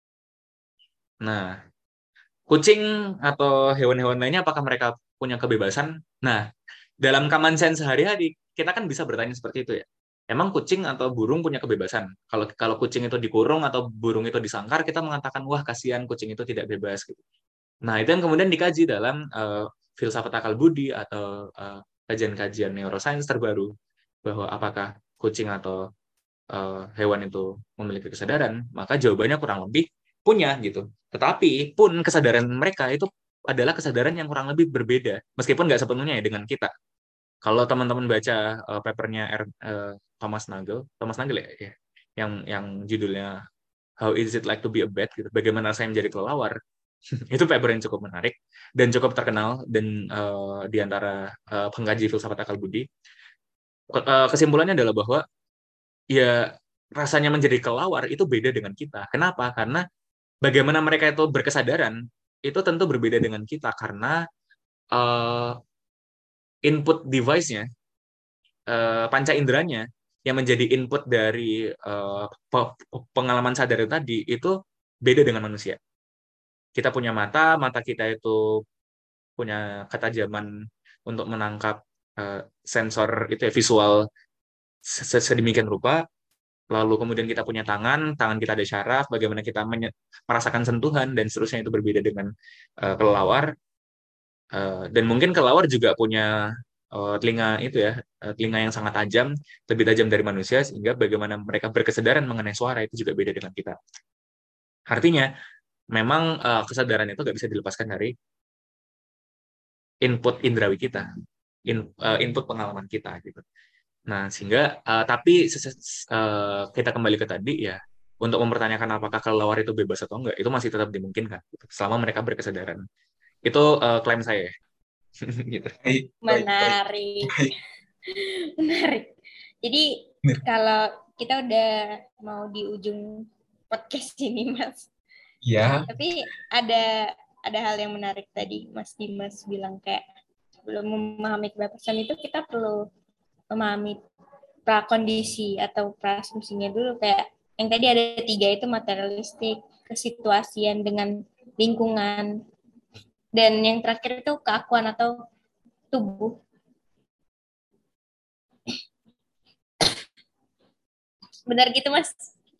Nah, kucing atau hewan-hewan lainnya apakah mereka punya kebebasan? Nah, dalam common sense sehari-hari kita kan bisa bertanya seperti itu ya. Emang kucing atau burung punya kebebasan? Kalau kalau kucing itu dikurung atau burung itu disangkar, kita mengatakan wah kasihan kucing itu tidak bebas gitu. Nah, itu yang kemudian dikaji dalam uh, filsafat akal budi atau uh, kajian-kajian neuroscience terbaru, bahwa apakah kucing atau uh, hewan itu memiliki kesadaran, maka jawabannya kurang lebih punya gitu. Tetapi pun kesadaran mereka itu adalah kesadaran yang kurang lebih berbeda, meskipun nggak sepenuhnya ya dengan kita. Kalau teman-teman baca uh, papernya R, uh, Thomas Nagel, Thomas Nagel ya, ya, yang yang judulnya How is it like to be a bat gitu, bagaimana saya menjadi kelelawar. Itu paper yang cukup menarik dan cukup terkenal dan uh, di antara uh, pengkaji filsafat akal budi. Uh, kesimpulannya adalah bahwa ya rasanya menjadi kelelawar itu beda dengan kita. Kenapa? Karena bagaimana mereka itu berkesadaran itu tentu berbeda dengan kita, karena uh, input device-nya, uh, panca inderanya yang menjadi input dari uh, pengalaman sadar tadi itu beda dengan manusia. Kita punya mata, mata kita itu punya ketajaman untuk menangkap uh, sensor itu ya, visual sedemikian rupa. Lalu kemudian kita punya tangan, tangan kita ada syaraf, bagaimana kita merasakan sentuhan dan seterusnya, itu berbeda dengan uh, kelelawar. Uh, dan mungkin kelelawar juga punya uh, telinga itu ya, uh, telinga yang sangat tajam, lebih tajam dari manusia, sehingga bagaimana mereka berkesadaran mengenai suara itu juga beda dengan kita. Artinya, memang uh, kesadaran itu nggak bisa dilepaskan dari input indrawi kita, in, uh, input pengalaman kita gitu. Nah, sehingga uh, tapi uh, kita kembali ke tadi ya, untuk mempertanyakan apakah kelelawar itu bebas atau enggak, itu masih tetap dimungkinkan gitu, selama mereka berkesadaran. Itu uh, klaim saya. Gitu. Baik, baik, Menarik. baik. Menarik. Jadi kalau kita udah mau di ujung podcast ini, Mas. Ya. Tapi ada ada hal yang menarik tadi Mas Dimas bilang, kayak sebelum memahami kebebasan itu kita perlu memahami prakondisi atau praasumsinya dulu, kayak yang tadi ada tiga itu, materialistik, kesituasian dengan lingkungan, dan yang terakhir itu keakuan atau tubuh. Benar gitu Mas?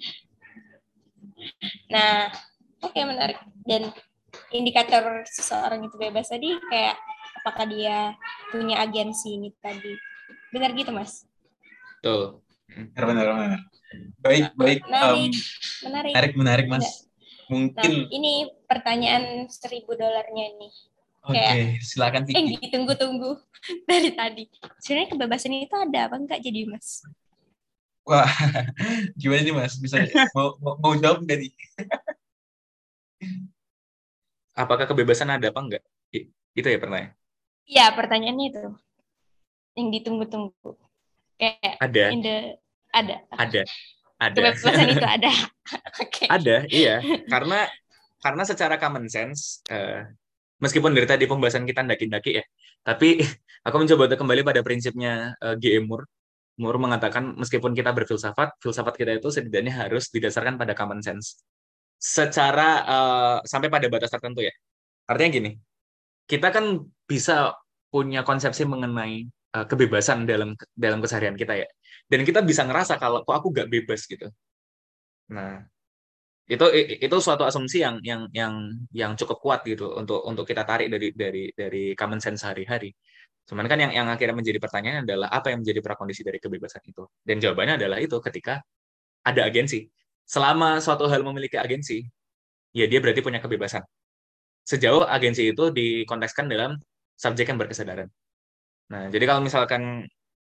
Nah, oke okay, menarik. Dan indikator seseorang itu bebas tadi kayak apakah dia punya agensi ini tadi. Benar gitu Mas? Betul. Benar, benar, benar. Baik, baik. Menarik, um, menarik. Menarik, menarik Mas. Enggak. Mungkin. Nah, ini pertanyaan seribu dolarnya nih. Oke, okay, silakan Vicky. Eh, ditunggu-tunggu dari tadi. Sebenarnya kebebasan itu ada apa enggak jadi Mas? Wah, gimana nih Mas? Bisa mau mau, mau jawab nggak nih? Apakah kebebasan ada apa enggak? I- itu ya pertanyaan. Iya, pertanyaannya itu yang ditunggu-tunggu. Kayak Ada, in the ada. ada, ada. Kebebasan itu ada. Oke. Ada, iya. Karena karena secara common sense, eh, meskipun dari tadi pembahasan kita ndaki-ndaki ya, tapi aku mencoba untuk kembali pada prinsipnya eh, G. E. Moore. Moore mengatakan meskipun kita berfilsafat, filsafat kita itu setidaknya harus didasarkan pada common sense. Secara eh, sampai pada batas tertentu ya. Artinya gini, kita kan bisa punya konsepsi mengenai eh, kebebasan dalam dalam keseharian kita ya. Dan kita bisa ngerasa kalau kok aku gak bebas gitu. Nah, itu itu suatu asumsi yang yang yang yang cukup kuat gitu untuk untuk kita tarik dari dari dari common sense sehari-hari. Cuman kan yang yang akhirnya menjadi pertanyaan adalah apa yang menjadi prakondisi dari kebebasan itu? Dan jawabannya adalah itu ketika ada agensi. Selama suatu hal memiliki agensi, ya dia berarti punya kebebasan. Sejauh agensi itu dikontekskan dalam subjek yang berkesadaran. Nah, jadi kalau misalkan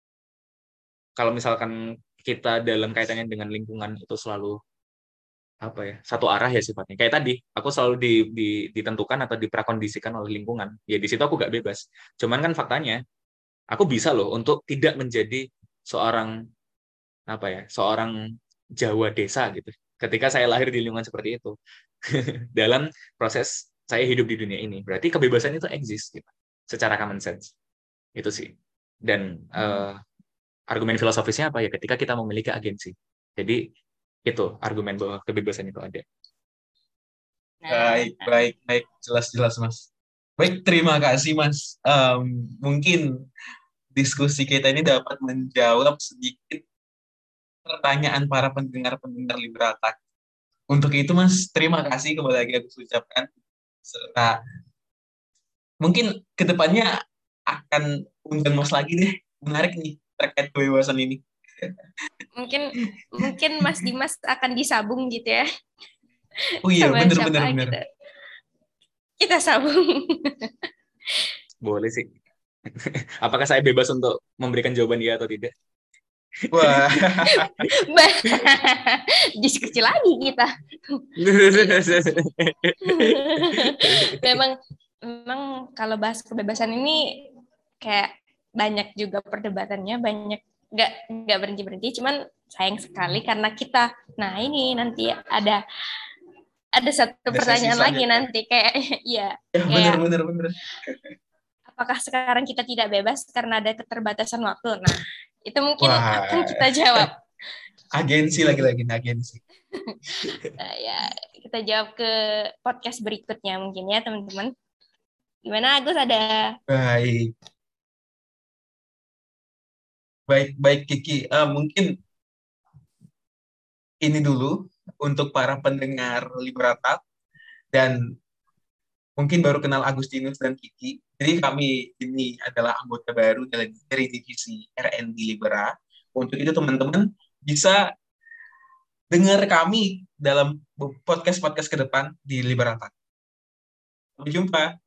kalau misalkan kita dalam kaitannya dengan lingkungan itu selalu apa ya satu arah ya sifatnya kayak tadi aku selalu di, di, ditentukan atau diprakondisikan oleh lingkungan ya di situ aku gak bebas cuman kan faktanya aku bisa loh untuk tidak menjadi seorang apa ya seorang Jawa desa gitu ketika saya lahir di lingkungan seperti itu dalam proses saya hidup di dunia ini berarti kebebasan itu eksis gitu secara common sense itu sih dan eh, argumen filosofisnya apa ya ketika kita memiliki agensi jadi itu argumen bahwa kebebasan itu ada. Nah, Baik, baik, baik. Jelas-jelas, Mas. Baik, terima kasih, Mas. Em, mungkin diskusi kita ini dapat menjawab sedikit pertanyaan para pendengar-pendengar Liberal Talk. Untuk itu, Mas, terima kasih kembali lagi aku ucapkan. Serta mungkin kedepannya akan undang Mas lagi deh. Menarik nih terkait kebebasan ini. mungkin mungkin Mas Dimas akan disabung gitu ya Oh iya, sama bener, bener, siapa bener. gitu. Kita sabung. Boleh sih. Apakah saya bebas untuk memberikan jawaban iya atau tidak? Wah, Diskusi lagi kita. memang memang kalau bahas kebebasan ini kayak banyak juga perdebatannya, banyak nggak nggak berhenti berhenti. Cuman sayang sekali karena kita, nah ini nanti ada ada satu ada sesi pertanyaan lagi selanjutnya. nanti kayak ya Ya, bener, kayak bener, bener. apakah sekarang kita tidak bebas karena ada keterbatasan waktu? Nah itu mungkin Wah, akan kita jawab. agensi lagi-lagi, agensi. Nah, ya kita jawab ke podcast berikutnya mungkin ya teman-teman. Gimana Agus ada? Baik, baik, baik Kiki. Eh, mungkin ini dulu untuk para pendengar Liberata dan mungkin baru kenal Agustinus dan Kiki. Jadi kami ini adalah anggota baru dari, dari divisi R and D Libera. Untuk itu teman-teman bisa dengar kami dalam podcast-podcast ke depan di Liberata. Sampai jumpa.